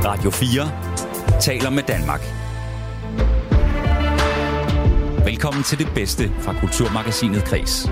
Radio 4 taler med Danmark. Velkommen til det bedste fra Kulturmagasinet Kres.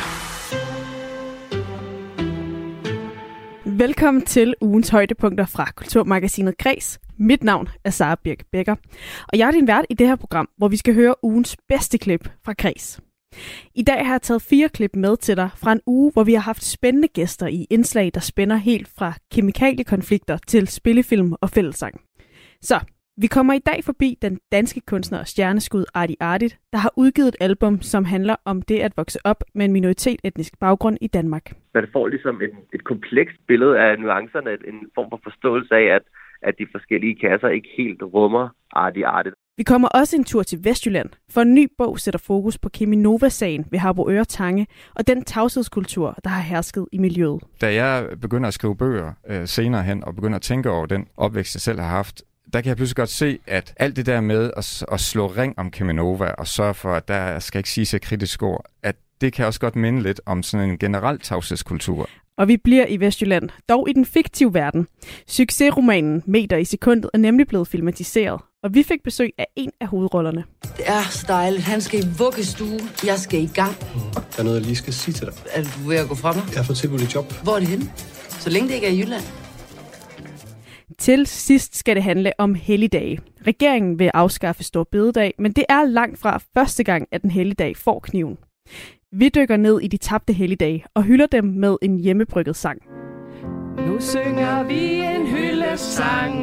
Velkommen til ugens højdepunkter fra Kulturmagasinet Kres. Mit navn er Sara Birk Becker, og jeg er din vært i det her program, hvor vi skal høre ugens bedste klip fra Kres. I dag har jeg taget 4 klip med til dig fra en uge, hvor vi har haft spændende gæster i indslag, der spænder helt fra kemikaliekonflikter til spillefilm og fællessang. Så vi kommer i dag forbi den danske kunstner og stjerneskud Artie Artit, der har udgivet et album, som handler om det at vokse op med en minoritetsetnisk baggrund i Danmark. Man får ligesom et komplekst billede af nuancerne, en form for forståelse af, at de forskellige kasser ikke helt rummer Artie Artit. Vi kommer også en tur til Vestjylland, for en ny bog sætter fokus på Cheminova-sagen ved Harboøre Tange og den tavshedskultur, der har hersket i miljøet. Da jeg begynder at skrive bøger senere hen og begynder at tænke over den opvækst, jeg selv har haft, der kan jeg pludselig godt se, at alt det der med at slå ring om Cheminova og sørge for, at der skal ikke siges et kritisk ord, at det kan også godt minde lidt om sådan en generel tavshedskultur. Og vi bliver i Vestjylland, dog i den fiktive verden. Succesromanen Meter i sekundet er nemlig blevet filmatiseret, og vi fik besøg af en af hovedrollerne. Det er så dejligt. Han skal i vuggestue. Jeg skal i gang. Der er noget, jeg lige skal sige til dig. Er du ved at gå fra mig? Jeg har fået tilbudt et job. Hvor er det henne? Så længe det ikke er i Jylland. Til sidst skal det handle om helligdage. Regeringen vil afskaffe Store Bededag, men det er langt fra første gang, at en helligdag får kniven. Vi dykker ned i de tabte helligdage og hylder dem med en hjemmebrygget sang. Nu synger vi en hyldesang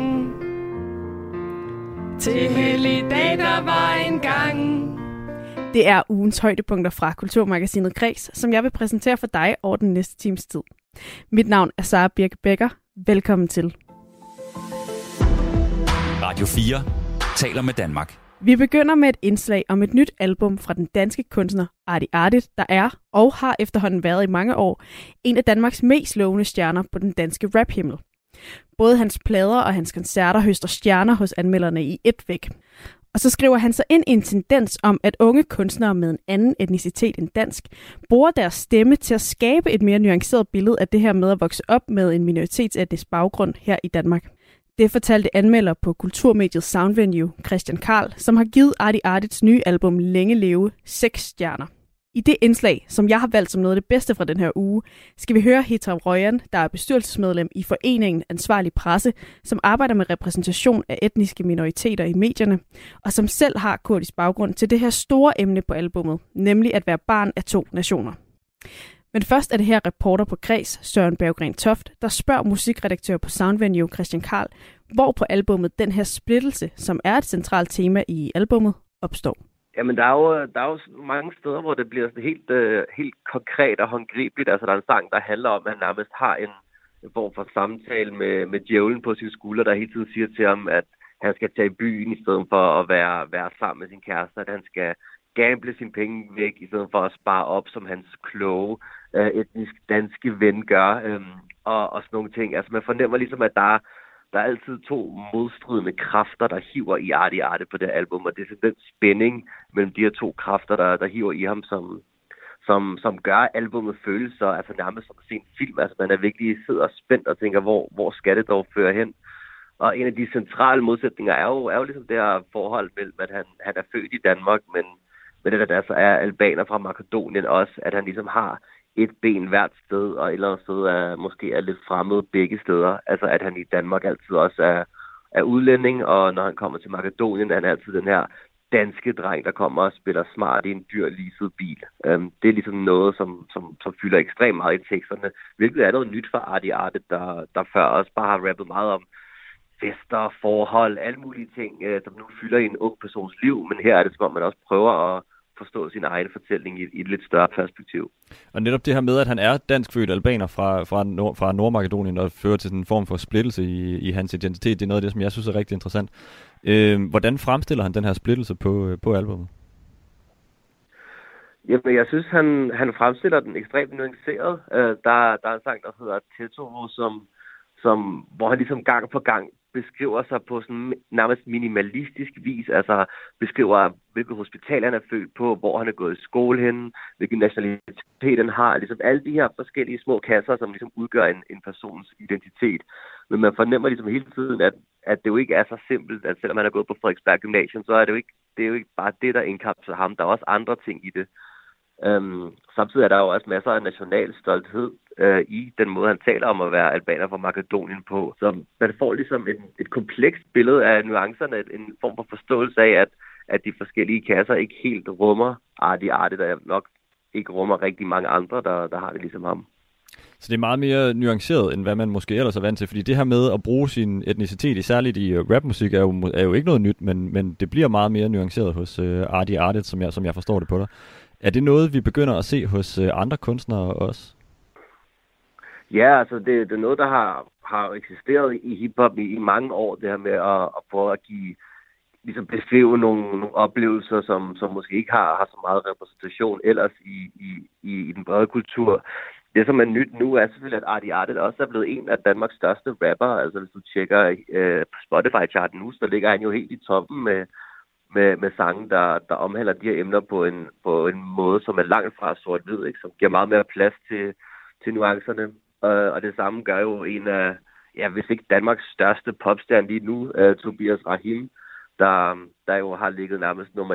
til helligdag, der var en gang. Det er ugens højdepunkter fra Kulturmagasinet Kres, som jeg vil præsentere for dig over den næste times tid. Mit navn er Sara Birk Becker. Velkommen til. Radio 4 taler med Danmark. Vi begynder med et indslag om et nyt album fra den danske kunstner Artie Artit, der er og har efterhånden været i mange år en af Danmarks mest lovende stjerner på den danske raphimmel. Både hans plader og hans koncerter høster stjerner hos anmelderne i ét væk. Og så skriver han sig ind i en tendens om, at unge kunstnere med en anden etnicitet end dansk bruger deres stemme til at skabe et mere nuanceret billede af det her med at vokse op med en minoritetsetnisk baggrund her i Danmark. Det fortalte anmelder på kulturmediet Soundvenue, Christian Karl, som har givet Artie Artits nye album Længe Leve 6 stjerner. I det indslag, som jeg har valgt som noget af det bedste fra den her uge, skal vi høre Hitra Røyan, der er bestyrelsesmedlem i foreningen Ansvarlig Presse, som arbejder med repræsentation af etniske minoriteter i medierne, og som selv har kurdisk baggrund til det her store emne på albummet, nemlig at være barn af 2 nationer. Men først er det her reporter på Kres, Søren Berggren Toft, der spørger musikredaktør på Soundvenue, Christian Karl, hvor på albummet den her splittelse, som er et centralt tema i albummet, opstår. Jamen, der er jo mange steder, hvor det bliver helt konkret og håndgribeligt. Altså, der er en sang, der handler om, at han nærmest har en form for samtale med djævlen på sin skulder, der hele tiden siger til ham, at han skal tage i byen i stedet for at være sammen med sin kæreste, at han skal gamble sine penge væk, i stedet for at spare op, som hans kloge, etnisk danske ven gør, og sådan nogle ting. Altså, man fornemmer ligesom, at der er altid 2 modstridende kræfter, der hiver i Artie Artit på det album, og det er sådan den spænding mellem de her 2 kræfter, der hiver i ham, som gør albumet føles så, altså nærmest som at se en film. Altså, man er virkelig sidder spændt og tænker, hvor skal det dog føre hen? Og en af de centrale modsætninger er jo ligesom det her forhold mellem, at han er født i Danmark, men det der så er albaner fra Makedonien også, at han ligesom har et ben hvert sted, og et eller andet sted måske er lidt fremmed begge steder. Altså at han i Danmark altid også er udlænding, og når han kommer til Makedonien, er han altid den her danske dreng, der kommer og spiller smart i en dyr leaset bil. Det er ligesom noget, som fylder ekstremt meget i teksterne, hvilket er noget nyt for Artie Artit, der før også bare har rappet meget om fester, forhold, alle mulige ting, som nu fylder i en ung persons liv, men her er det som om, man også prøver at forstå sin egen fortælling i et lidt større perspektiv. Og netop det her med, at han er danskfødt albaner fra Nordmakedonien og fører til sådan en form for splittelse i hans identitet, det er noget af det, som jeg synes er rigtig interessant. Hvordan fremstiller han den her splittelse på albummet? Jamen, jeg synes, han fremstiller den ekstremt nuanceret. Der er en sang, der hedder Tetoro, hvor han ligesom gang på gang beskriver sig på sådan nærmest minimalistisk vis, altså beskriver, hvilket hospital han er født på, hvor han er gået i skole henne, hvilken nationalitet han har, ligesom alle de her forskellige små kasser, som ligesom udgør en persons identitet. Men man fornemmer ligesom hele tiden, at det jo ikke er så simpelt, at selvom man er gået på Frederiksberg Gymnasium, så er det jo ikke bare det, der indkapsler ham. Der er også andre ting i det. Samtidig er der jo også masser af national stolthed i den måde, han taler om at være albaner fra Makedonien på. Så man får ligesom et komplekst billede af nuancerne, en form for forståelse af, at de forskellige kasser ikke helt rummer Artie, der nok ikke rummer rigtig mange andre, der har det ligesom ham. Så det er meget mere nuanceret, end hvad man måske ellers er vant til, fordi det her med at bruge sin etnicitet, særligt i rapmusik, er jo ikke noget nyt, men det bliver meget mere nuanceret hos Artie, som jeg forstår det på dig. Er det noget, vi begynder at se hos andre kunstnere også? Ja, altså det er noget, der har eksisteret i hiphop i mange år, det her med at prøve at ligesom beskrive nogle oplevelser, som måske ikke har så meget repræsentation ellers i den brede kultur. Det, som er nyt nu, er selvfølgelig, at Artie også er blevet en af Danmarks største rapper. Altså hvis du tjekker Spotify-charten nu, så ligger han jo helt i toppen med sange, der omhandler de her emner på en måde, som er langt fra sort-hvid, ikke? Som giver meget mere plads til nuancerne. Og det samme gør jo en af, hvis ikke Danmarks største popstjerne lige nu, Tobias Rahim, der jo har ligget nærmest nummer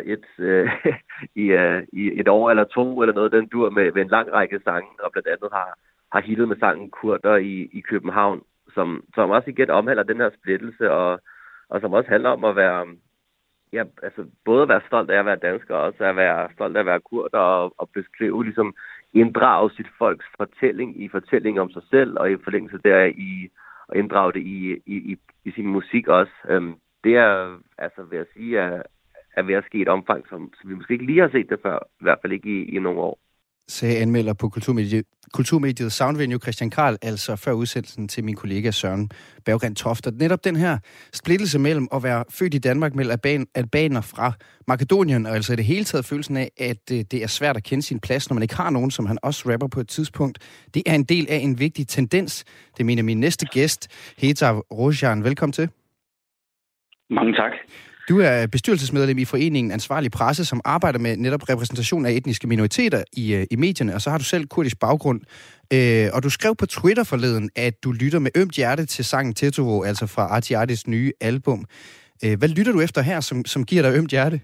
1 i et år eller 2, eller noget den dur med en lang række sange, og blandt andet har hittet med sangen Kurder i København, som også igen omhandler den her splittelse, og som også handler om at være, både at være stolt af at være dansker, og også at være stolt af at være kurder, og beskrive, ligesom inddrage sit folks fortælling om sig selv, og i forlængelse der og inddrage det i sin musik også. Det er, altså vil jeg sige, er ved at ske et omfang, som vi måske ikke lige har set det før, i hvert fald ikke i nogle år. Sagde anmelder på kulturmediet Soundvenue Christian Karl, altså før udsendelsen til min kollega Søren Berggren Toft. Netop den her splittelse mellem at være født i Danmark med albaner fra Makedonien, og altså i det hele taget følelsen af, at det er svært at kende sin plads, når man ikke har nogen, som han også rapper på et tidspunkt. Det er en del af en vigtig tendens. Det mener min næste gæst, Hetar Rojan. Velkommen til. Mange tak. Du er bestyrelsesmedlem i foreningen Ansvarlig Presse, som arbejder med netop repræsentation af etniske minoriteter i medierne, og så har du selv kurdisk baggrund. Og du skrev på Twitter forleden, at du lytter med ømt hjerte til sangen Tetovo, altså fra Artie Arties nye album. Hvad lytter du efter her, som giver dig ømt hjerte?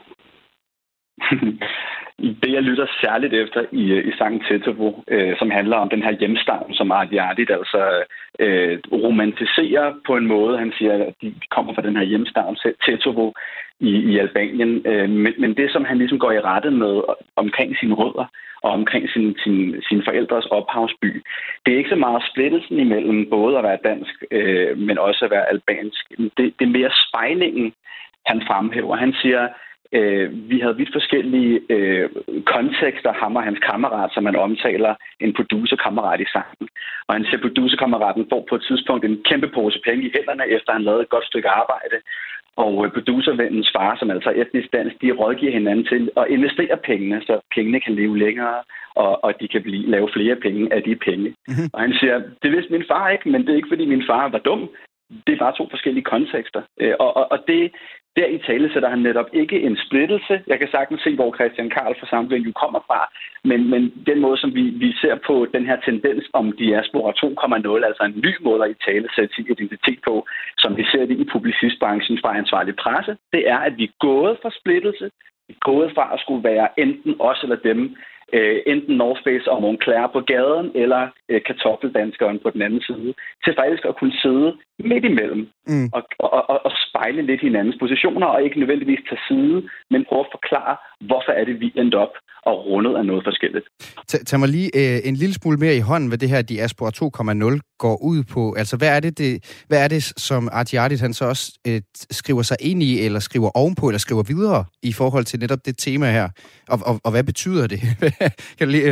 Det, jeg lytter særligt efter i sangen Tetovo, som handler om den her hjemstavn, som Artie Artie altså romantiserer på en måde. Han siger, at de kommer fra den her hjemstavn, Tetovo, i Albanien. Men det, som han ligesom går i rette med omkring sine rødder og omkring sine forældres ophavsby, det er ikke så meget splittelsen imellem både at være dansk, men også at være albansk. Det er mere spejlingen, han fremhæver. Han siger, vi havde vidt forskellige kontekster, ham og hans kammerat, som man omtaler en producerkammerat i sangen. Og han siger, producerkammeraten får på et tidspunkt en kæmpe pose penge i hænderne, efter han lavede et godt stykke arbejde. Og producervennens far, som altså er etnisk dansk, de rådgiver hinanden til at investere pengene, så pengene kan leve længere, og de kan lave flere penge af de penge. Mm-hmm. Og han siger, det vidste min far ikke, men det er ikke, fordi min far var dum. Det er bare to forskellige kontekster. Og det der i tale sætter han netop ikke en splittelse. Jeg kan sagtens se, hvor Christian Karl fra Soundvenue kommer fra, men den måde, som vi ser på den her tendens om diaspora 2.0, altså en ny måde at i tale sætte sin identitet på, som vi ser det i publicistbranchen fra Ansvarlig Presse, det er, at vi er gået fra splittelse, vi er gået fra at skulle være enten os eller dem, enten North Face og Moncler på gaden, eller kartoffeldanskeren på den anden side, til faktisk at kunne sidde midt imellem og spejle lidt hinandens positioner, og ikke nødvendigvis tage side, men prøve at forklare, hvorfor er det, vi endte op og rundet af noget forskelligt. Tag mig lige en lille smule mere i hånden, hvad det her Diaspora 2.0 går ud på. Altså, hvad er det som Artie Artie han så også skriver sig ind i, eller skriver ovenpå, eller skriver videre i forhold til netop det tema her? Og hvad betyder det? Kan du lige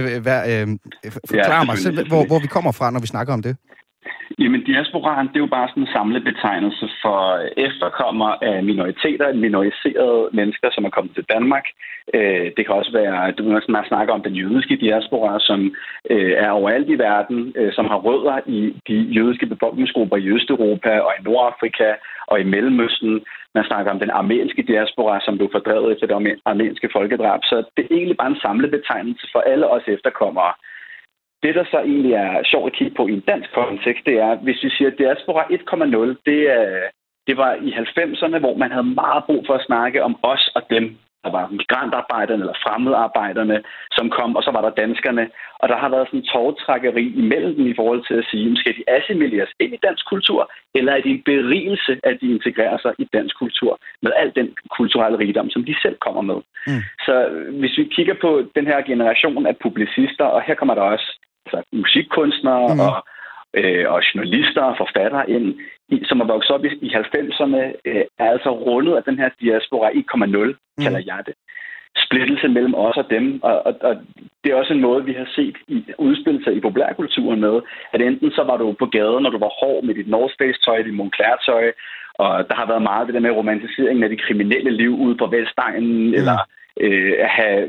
forklare mig selv, hvor vi kommer fra, når vi snakker om det? Jamen, diasporaen, det er jo bare sådan en samlebetegnelse for efterkommere af minoriteter, minoriserede mennesker, som er kommet til Danmark. Det kan også være, man snakker om den jødiske diaspora, som er overalt i verden, som har rødder i de jødiske befolkningsgrupper i Østeuropa og i Nordafrika og i Mellemøsten. Man snakker om den armenske diaspora, som blev fordrevet efter det armenske folkedrab. Så det er egentlig bare en samlebetegnelse for alle os efterkommere. Det, der så egentlig er sjovt at kigge på i en dansk kontekst, det er, hvis vi siger, at diaspora 1,0, det var i 90'erne, hvor man havde meget brug for at snakke om os og dem. Der var migrantarbejderne eller fremmedarbejderne, som kom, og så var der danskerne. Og der har været sådan en tårtrækkeri imellem dem i forhold til at sige, skal de assimileres ind i dansk kultur, eller er det en berigelse, at de integrerer sig i dansk kultur med al den kulturelle rigdom, som de selv kommer med. Så hvis vi kigger på den her generation af publicister, og her kommer der også musikkunstnere og journalister og forfattere ind, som er vokset op i 90'erne, er altså rundet af den her diaspora 1,0, kalder jeg det. Splittelse mellem os og dem, og det er også en måde, vi har set udspille sig i populærkulturen med, at enten så var du på gaden, når du var hård med dit North Face-tøj, dit Moncler-tøj, og der har været meget det der med romantiseringen af det kriminelle liv ude på Vestegnen, eller at have,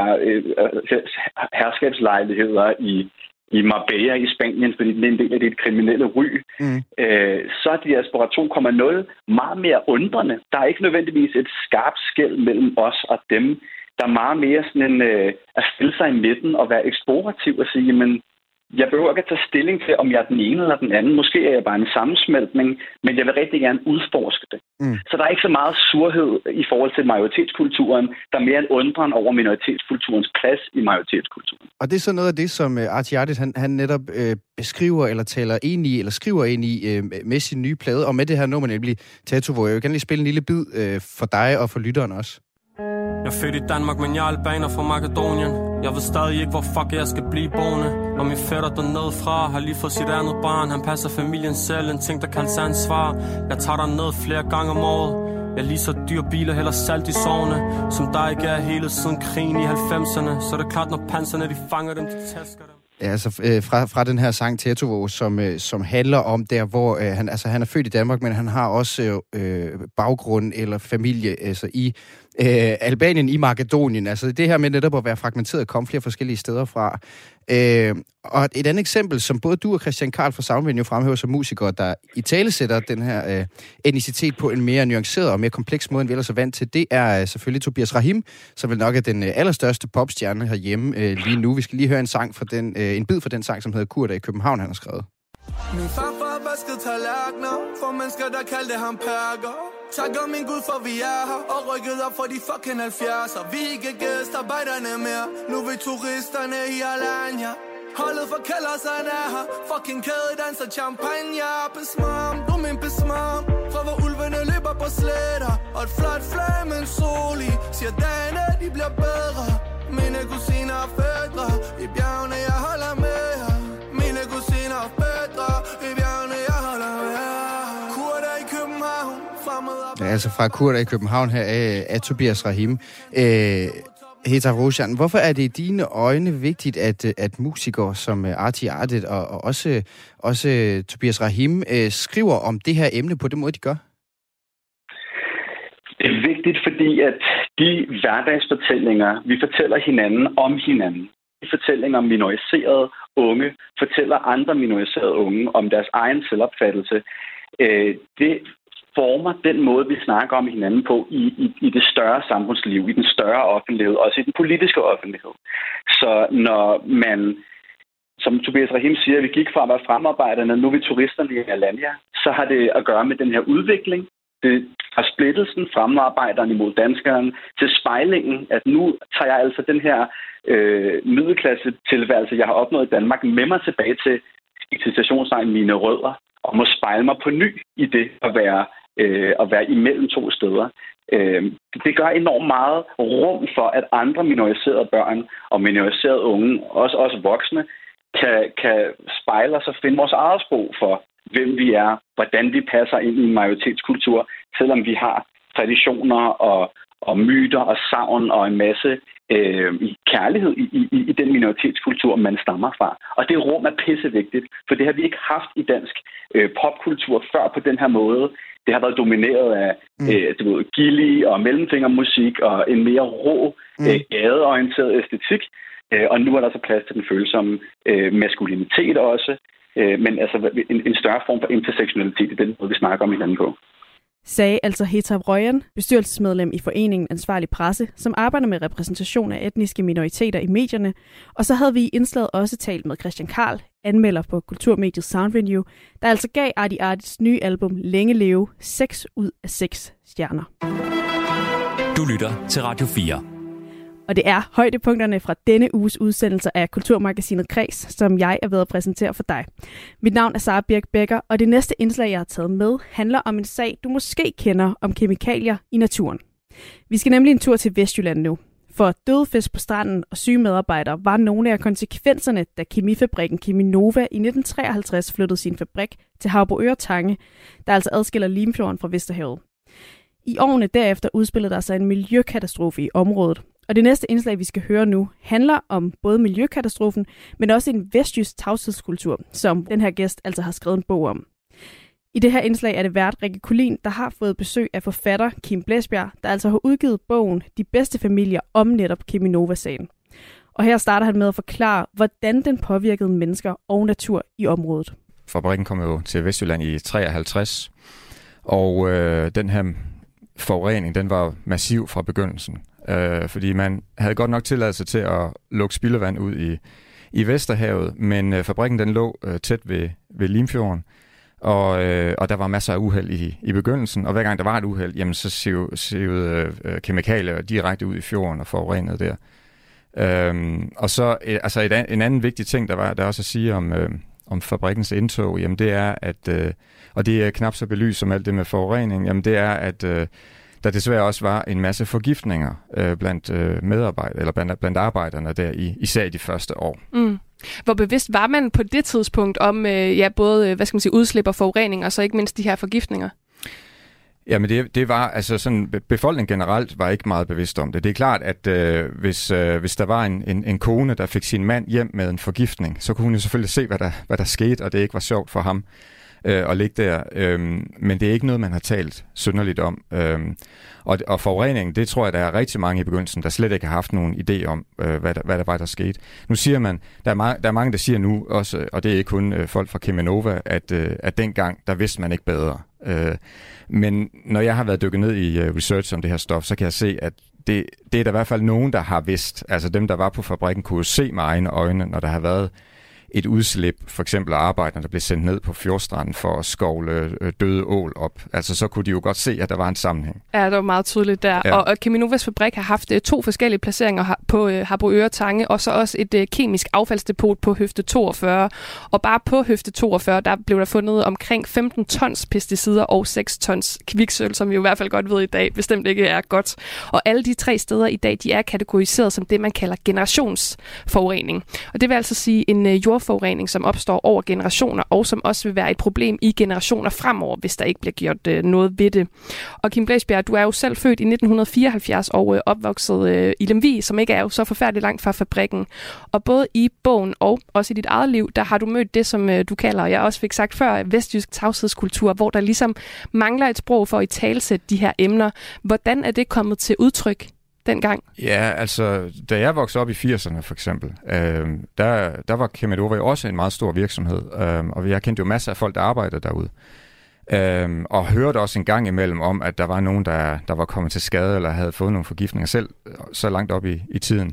herskabslejligheder i Marbella i Spanien, fordi det er en del af det kriminelle ry, så er diaspora 2,0 meget mere undrende. Der er ikke nødvendigvis et skarpt skel mellem os og dem. Der er meget mere sådan en at stille sig i midten og være eksplorativ og sige, men jeg behøver ikke at tage stilling til, om jeg er den ene eller den anden. Måske er jeg bare en sammensmeltning, men jeg vil rigtig gerne udforske det. Så der er ikke så meget surhed i forhold til majoritetskulturen. Der er mere en undren over minoritetskulturens plads i majoritetskulturen. Og det er så noget af det, som Artie Ardit, han netop beskriver eller taler ind i, eller skriver ind i med sin nye plade, og med det her nummer, nemlig Tetovo. Jeg vil gerne lige spille en lille bid for dig og for lytteren også. Jeg er født i Danmark, men jeg er albaner fra Makedonien. Jeg ved stadig ikke, hvor fuck jeg skal blive boende. Og min fætter dernede fra har lige fået sit andet barn. Han passer familien selv, en ting, der kan tage ansvar. Jeg tager derned flere gange om året. Jeg leaser dyre biler, heller salt i sovne. Som der ikke er hele siden krigen i 90'erne. Så er det klart, når panserne de fanger dem, de tæsker dem. Ja, altså fra den her sang Tetovo, som handler om der, hvor han er født i Danmark, men han har også baggrund eller familie altså i Albanien, i Makedonien. Altså det her med netop at være fragmenteret og komme flere forskellige steder fra. Og et andet eksempel, som både du og Christian Karl fra Soundvenue fremhæver som musikere, der italesætter den her etnicitet på en mere nuanceret og mere kompleks måde, end vi ellers er vant til, det er selvfølgelig Tobias Rahim, som vel nok er den allerstørste popstjerne herhjemme lige nu. Vi skal lige høre en bid fra den sang, som hedder Kurder i København, han har skrevet. Min farfar vaskede tallerkener for mennesker, der kaldte ham perker. Takker min Gud for vi er her og rykket op for de fucking 70'er. Vi er ikke gæstarbejderne mere, nu er vi turisterne i Alanya. Holdet for kælderserne er her, fucking kædedanser champagne. Besmam, du min besmam, fra hvor ulvene løber på slætter. Og et flot flag med en sol i, siger dagene de bliver bedre. Mine kusiner er fædre, i bjergene jeg holder med her. Mine kusiner er fædre, i bjergene jeg holder med her. Kurder i København, fremmed op. Ja, altså fra Kurder i København her af Tobias Rahim. Heta Roshan, hvorfor er det i dine øjne vigtigt, at musikere som Artie Ardit og også Tobias Rahim skriver om det her emne på den måde, de gør? Det er vigtigt, fordi at de hverdagsfortællinger, vi fortæller hinanden om hinanden, de fortællinger om minoriserede unge, fortæller andre minoriserede unge om deres egen selvopfattelse. Det former den måde, vi snakker om hinanden på i det større samfundsliv, i den større offentlighed, også i den politiske offentlighed. Så når man, som Tobias Rahim siger, vi gik fra at være fremarbejderne, nu er vi turisterne i Alanya, så har det at gøre med den her udvikling. Det fra splittelsen, fremarbejderen imod danskeren, til spejlingen, at nu tager jeg altså den her middelklasse tilværelse, jeg har opnået i Danmark, med mig tilbage til citationstegn mine rødder, og må spejle mig på ny i det at være imellem to steder. Det gør enormt meget rum for, at andre minoriserede børn og minoriserede unge, også voksne, kan spejle os og finde vores eget sprog for, hvem vi er, hvordan vi passer ind i en majoritetskultur, selvom vi har traditioner og myter og sagn og en masse kærlighed i den minoritetskultur, man stammer fra. Og det rum er pissevigtigt, for det har vi ikke haft i dansk popkultur før på den her måde. Det har været domineret af gilli og mellemfingermusik og en mere rå, gadeorienteret æstetik. Og nu er der så plads til den følsomme maskulinitet også, men altså en større form for intersektionalitet i den måde, vi snakker om hinanden på. sagde altså Hetab Røyan, bestyrelsesmedlem i foreningen Ansvarlig Presse, som arbejder med repræsentation af etniske minoriteter i medierne. Og så havde vi i indslaget også talt med Christian Karl, anmelder på kulturmediet Soundvenue, der altså gav Artie Artits nye album Længe Leve 6 ud af 6 stjerner. Du lytter til Radio 4. Og det er højdepunkterne fra denne uges udsendelser af Kulturmagasinet Kreds, som jeg er ved at præsentere for dig. Mit navn er Sara Birk Becker, og det næste indslag, jeg har taget med, handler om en sag, du måske kender om kemikalier i naturen. Vi skal nemlig en tur til Vestjylland nu. For døde fisk på stranden og syge medarbejdere var nogle af konsekvenserne, da kemifabrikken Cheminova i 1953 flyttede sin fabrik til Harboøre Tange, der altså adskiller Limfjorden fra Vesterhavet. I årene derefter udspillede der sig en miljøkatastrofe i området. Og det næste indslag, vi skal høre nu, handler om både miljøkatastrofen, men også en vestjysk tavshedskultur, som den her gæst altså har skrevet en bog om. I det her indslag er det vært Rikke Kulin, der har fået besøg af forfatter Kim Blæsbjerg, der altså har udgivet bogen De bedste familier om netop Cheminova-sagen. Og her starter han med at forklare, hvordan den påvirkede mennesker og natur i området. Fabrikken kom jo til Vestjylland i 53, og den her forurening, den var massiv fra begyndelsen. Fordi man havde godt nok tilladelse til at lukke spildevand ud i Vesterhavet, men fabrikken den lå tæt ved Limfjorden, og der var masser af uheld i begyndelsen, og hver gang der var et uheld, jamen så sivede kemikalier direkte ud i fjorden og forurenede der. Og så altså en anden vigtig ting, der også at sige om fabrikkens indtog, jamen det er, at, og det er knap så belyst som alt det med forurening, jamen det er, at der desværre også var en masse forgiftninger blandt medarbejdere, eller blandt arbejderne der, især i de første år. Mm. Hvor bevidst var man på det tidspunkt om både udslip og forurening, og så ikke mindst de her forgiftninger? Jamen det var, altså sådan, befolkningen generelt var ikke meget bevidst om det. Det er klart, at hvis der var en kone, der fik sin mand hjem med en forgiftning, så kunne hun jo selvfølgelig se, hvad der skete, og det ikke var sjovt for ham at ligge der. Men det er ikke noget, man har talt synderligt om. Og forureningen, det tror jeg, der er rigtig mange i begyndelsen, der slet ikke har haft nogen idé om, hvad der var, der skete. Nu siger man, der er mange, der siger nu også, og det er ikke kun folk fra Cheminova, at dengang, der vidste man ikke bedre. Men når jeg har været dykket ned i research om det her stof, så kan jeg se, at det er der i hvert fald nogen, der har vidst. Altså dem, der var på fabrikken, kunne jo se med egne øjne, når der har været et udslip, for eksempel arbejderne, der blev sendt ned på fjordstranden for at skovle døde ål op. Altså så kunne de jo godt se, at der var en sammenhæng. Ja, det var meget tydeligt der. Ja. Og Cheminovas fabrik har haft 2 forskellige placeringer på Harboøre Tange, og så også et kemisk affaldsdepot på Høfde 42. Og bare på Høfde 42, der blev der fundet omkring 15 tons pesticider og 6 tons kviksølv, som vi jo i hvert fald godt ved i dag, bestemt ikke er godt. Og alle de 3 steder i dag, de er kategoriseret som det, man kalder generationsforurening. Og det vil altså sige en jordforurening, som opstår over generationer, og som også vil være et problem i generationer fremover, hvis der ikke bliver gjort noget ved det. Og Kim Blæsbjerg, du er jo selv født i 1974 og opvokset i Lemvig, som ikke er jo så forfærdeligt langt fra fabrikken. Og både i bogen og også i dit eget liv, der har du mødt det, som du kalder, og jeg også fik sagt før, vestjysk tavshedskultur, hvor der ligesom mangler et sprog for at italesætte de her emner. Hvordan er det kommet til udtryk dengang? Ja, altså, da jeg voksede op i 80'erne for eksempel, der var Cheminova jo også en meget stor virksomhed, og jeg kendte jo masser af folk, der arbejdede derude. Og hørte også en gang imellem om, at der var nogen, der var kommet til skade, eller havde fået nogle forgiftninger selv, så langt op i tiden.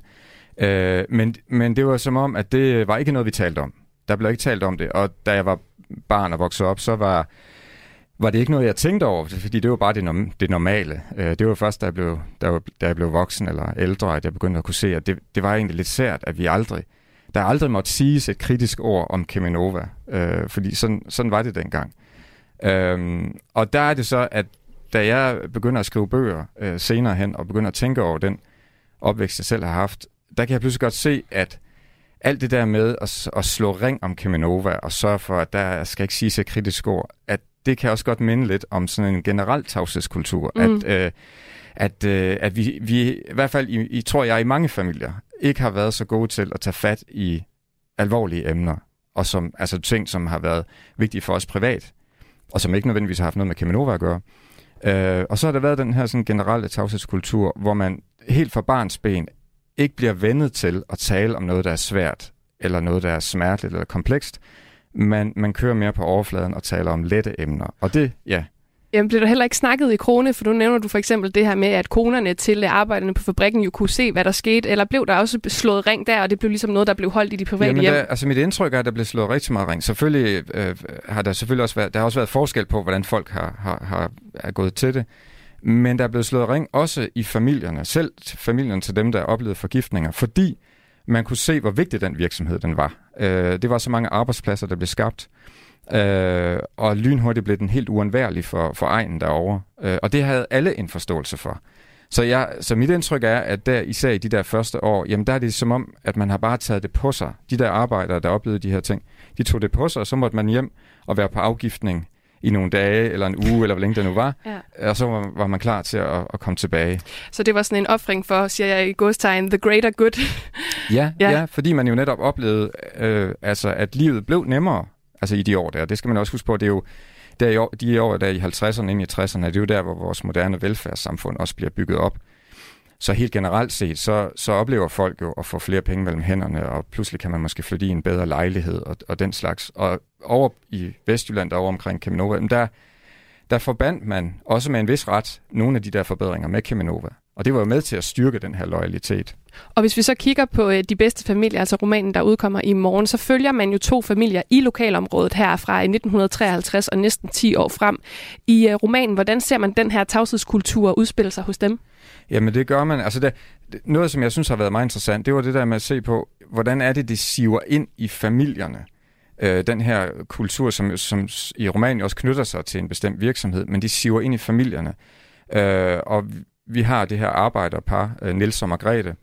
Men det var som om, at det var ikke noget, vi talte om. Der blev ikke talt om det, og da jeg var barn og voksede op, så var det ikke noget, jeg tænkte over, fordi det var bare det normale. Det var først, da jeg blev voksen eller ældre, at jeg begyndte at kunne se, at det var egentlig lidt sært, at der aldrig måtte siges et kritisk ord om Cheminova, fordi sådan var det dengang. Og der er det så, at da jeg begynder at skrive bøger senere hen, og begynder at tænke over den opvækst, jeg selv har haft, der kan jeg pludselig godt se, at alt det der med at slå ring om Cheminova, og sørge for, at der skal ikke siges et kritisk ord, at det kan også godt minde lidt om sådan en generel tavshedskultur, at vi i hvert fald, tror jeg, i mange familier, ikke har været så gode til at tage fat i alvorlige emner, og altså ting, som har været vigtige for os privat, og som ikke nødvendigvis har haft noget med Cheminova at gøre. Og så har der været den her sådan generelle tavshedskultur, hvor man helt fra barnsben ikke bliver vendet til at tale om noget, der er svært, eller noget, der er smerteligt eller komplekst. Man kører mere på overfladen og taler om lette emner. Og det, ja, Jamen, blev der heller ikke snakket i Krone, for nu nævner du for eksempel det her med, at konerne til arbejderne på fabrikken jo kunne se, hvad der skete, eller blev der også slået ring der, og det blev ligesom noget, der blev holdt i de private hjem? Altså mit indtryk er, at der blev slået rigtig meget ring. Selvfølgelig har der selvfølgelig også været forskel på, hvordan folk har gået til det, men der er blevet slået ring også i familierne, selv familierne til dem, der oplevede forgiftninger, fordi man kunne se, hvor vigtig den virksomhed den var. Det var så mange arbejdspladser, der blev skabt, og lynhurtigt blev den helt uundværlig for egnen derovre. Og det havde alle en forståelse for. Så mit indtryk er, at der især i de der første år, jamen der er det som om, at man har bare taget det på sig. De der arbejdere, der oplevede de her ting, de tog det på sig, og så måtte man hjem og være på afgiftning i nogle dage, eller en uge, eller hvor længe det nu var. Ja. Og så var man klar til at komme tilbage. Så det var sådan en ofring for, siger jeg i godstegn, the greater good? Ja, fordi man jo netop oplevede, at livet blev nemmere altså i de år der. Det skal man også huske på. Det er jo de år der i 50'erne ind i 60'erne, det er jo der, hvor vores moderne velfærdssamfund også bliver bygget op. Så helt generelt set, så oplever folk jo at få flere penge mellem hænderne, og pludselig kan man måske flytte i en bedre lejlighed og den slags. Og over i Vestjylland, derovre omkring Cheminova, der forbandt man også med en vis ret nogle af de der forbedringer med Cheminova. Og det var jo med til at styrke den her loyalitet. Og hvis vi så kigger på De bedste familier, altså romanen, der udkommer i morgen, så følger man jo 2 familier i lokalområdet her fra 1953 og næsten 10 år frem. I romanen, hvordan ser man den her tavshedskultur udspille sig hos dem? Jamen det gør man. Altså noget, som jeg synes har været meget interessant, det var det der med at se på, hvordan er det siver ind i familierne. Den her kultur, som i romanen også knytter sig til en bestemt virksomhed, men de siver ind i familierne. Og vi har det her arbejderpar, Niels og Margrethe,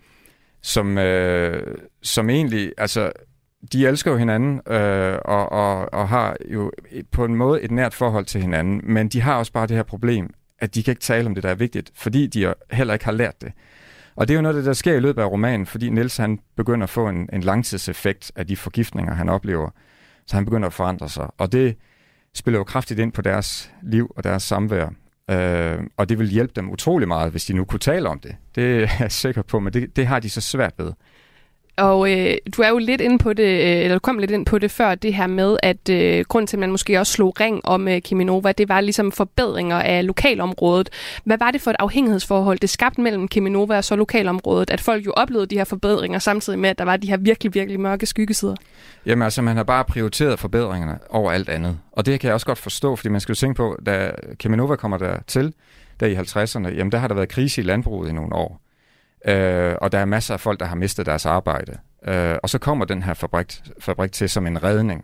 som egentlig, altså, de elsker jo hinanden, og har jo på en måde et nært forhold til hinanden, men de har også bare det her problem, at de kan ikke tale om det, der er vigtigt, fordi de heller ikke har lært det. Og det er jo noget af det, der sker i løbet af romanen, fordi Niels han begynder at få en langtidseffekt af de forgiftninger, han oplever, så han begynder at forandre sig. Og det spiller jo kraftigt ind på deres liv og deres samvær. Og det vil hjælpe dem utrolig meget, hvis de nu kunne tale om det. Det er jeg sikker på, men det har de så svært ved. Og du er jo lidt inde på det, eller du kom lidt ind på det før, det her med, at grunden til, at man måske også slog ring om Cheminova, det var ligesom forbedringer af lokalområdet. Hvad var det for et afhængighedsforhold, det skabte mellem Cheminova og så lokalområdet, at folk jo oplevede de her forbedringer, samtidig med, at der var de her virkelig, virkelig mørke skyggesider? Jamen altså, man har bare prioriteret forbedringerne over alt andet. Og det kan jeg også godt forstå, fordi man skal jo tænke på, da Cheminova kommer der i 50'erne, jamen der har der været krise i landbruget i nogle år. Og der er masser af folk, der har mistet deres arbejde. Og så kommer den her fabrik til som en redning.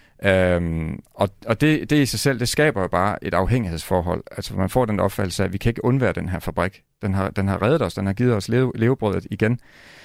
Og det i sig selv, det skaber jo bare et afhængighedsforhold. Altså man får den opfattelse af, at vi kan ikke undvære den her fabrik. Den har reddet os, den har givet os levebrødet igen.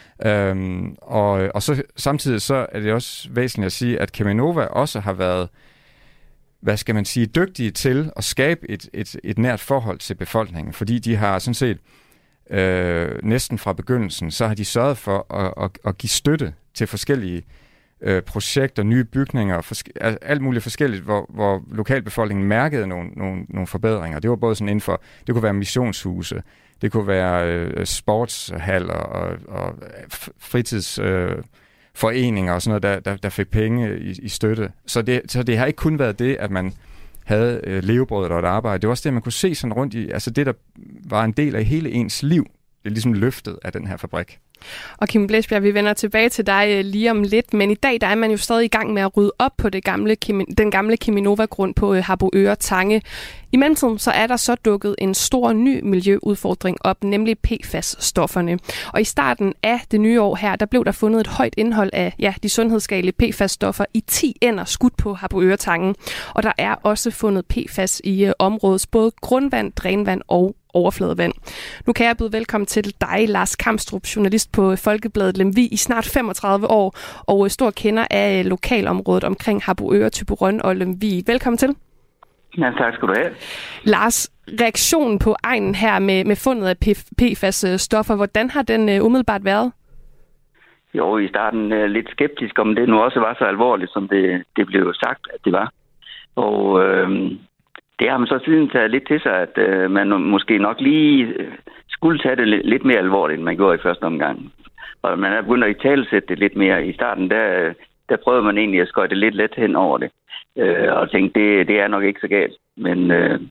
Og så samtidig så er det også væsentligt at sige, at Cheminova også har været, hvad skal man sige, dygtige til at skabe et nært forhold til befolkningen, fordi de har sådan set næsten fra begyndelsen, så har de sørget for at give støtte til forskellige projekter, nye bygninger, alt muligt forskelligt, hvor lokalbefolkningen mærkede nogle forbedringer. Det var både sådan inden for, det kunne være missionshuse, det kunne være sportshaller og fritidsforeninger og sådan noget, der fik penge i støtte. Så det har ikke kun været det, at man havde levebrødet og et arbejde. Det var også det, man kunne se sådan rundt i, altså det, der var en del af hele ens liv. Det er ligesom løftet af den her fabrik. Og Kim Blæsbjerg, vi vender tilbage til dig lige om lidt, men i dag der er man jo stadig i gang med at rydde op på den gamle Cheminova-grund på Harboøre Tange. I mellemtiden så er der så dukket en stor ny miljøudfordring op, nemlig PFAS-stofferne. Og i starten af det nye år her, der blev der fundet et højt indhold af de sundhedsskadelige PFAS-stoffer i 10 ænder skudt på Harboøre Tange. Og der er også fundet PFAS i områdets både grundvand, drænvand og overfladevand. Nu kan jeg byde velkommen til dig, Lars Kamstrup, journalist på Folkebladet Lemvig i snart 35 år, og stor kender af lokalområdet omkring Harboøre, Thyborøn og Lemvig. Velkommen til. Ja, tak skal du have. Lars, reaktionen på egnen her med fundet af PFAS-stoffer, hvordan har den umiddelbart været? Jo, i starten lidt skeptisk, om det nu også var så alvorligt, som det blev sagt, at det var. Og det har man så siden taget lidt til sig, at man måske nok lige skulle tage det lidt mere alvorligt, end man gjorde i første omgang. Og man er begyndt at italesætte det lidt mere. I starten, der prøvede man egentlig at skøjte lidt let hen over det. Og tænkte, det er nok ikke så galt. Men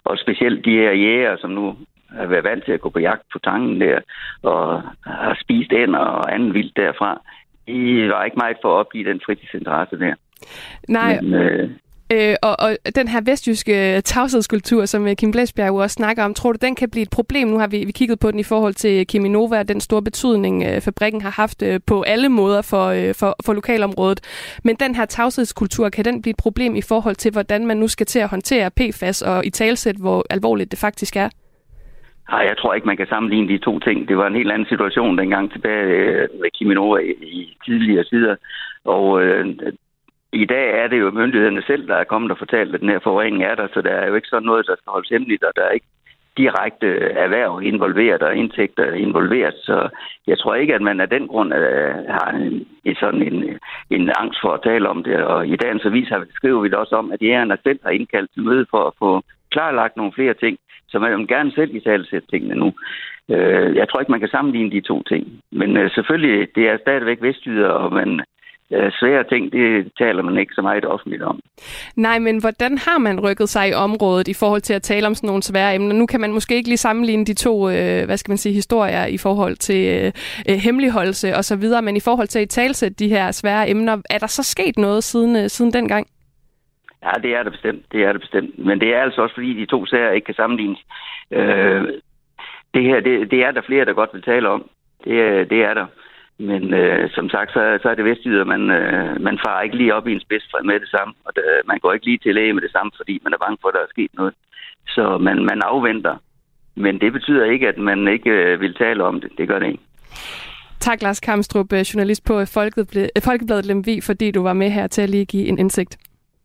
og specielt de her jæger, som nu har været vant til at gå på jagt på Tangen der, og har spist ænder og anden vildt derfra, de var ikke meget for at opgive den fritidsinteresse der. Nej, og den her vestjyske tavshedskultur, som Kim Blæsbjerg også snakker om, tror du, den kan blive et problem? Nu har vi kigget på den i forhold til Cheminova, den store betydning, fabrikken har haft på alle måder for lokalområdet. Men den her tavshedskultur, kan den blive et problem i forhold til, hvordan man nu skal til at håndtere PFAS og i talsæt, hvor alvorligt det faktisk er? Nej, jeg tror ikke, man kan sammenligne de to ting. Det var en helt anden situation dengang tilbage med Cheminova i tidligere tider. Og i dag er det jo myndighederne selv, der er kommet og fortalt, at den her forurening er der, så der er jo ikke sådan noget, der skal holdes hemmeligt, og der er ikke direkte erhverv involveret og indtægter involveret. Så jeg tror ikke, at man af den grund har en angst for at tale om det. Og i dagens avis skriver vi det også om, at jægerne selv har indkaldt til møde for at få klarlagt nogle flere ting, så man vil gerne selv italesætte tingene nu. Jeg tror ikke, man kan sammenligne de to ting. Men selvfølgelig, det er stadigvæk vestjyder, og man svære ting, det taler man ikke så meget offentligt om. Nej, men hvordan har man rykket sig i området i forhold til at tale om sådan nogle svære emner? Nu kan man måske ikke lige sammenligne de to, historier i forhold til hemmeligholdelse og så videre, men i forhold til at italesætte de her svære emner, er der så sket noget siden dengang? Ja, det er det bestemt. Men det er altså også, fordi de to sager ikke kan sammenlignes. Det her, det er der flere, der godt vil tale om. Det er der. Men som sagt, så er det vestjyder, man farer ikke lige op i en spids med det samme. Og man går ikke lige til læge med det samme, fordi man er bange for, at der er sket noget. Så man afventer. Men det betyder ikke, at man ikke vil tale om det. Det gør det ikke. Tak, Lars Kamstrup, journalist på Folkebladet Lemvig, fordi du var med her til at lige give en indsigt.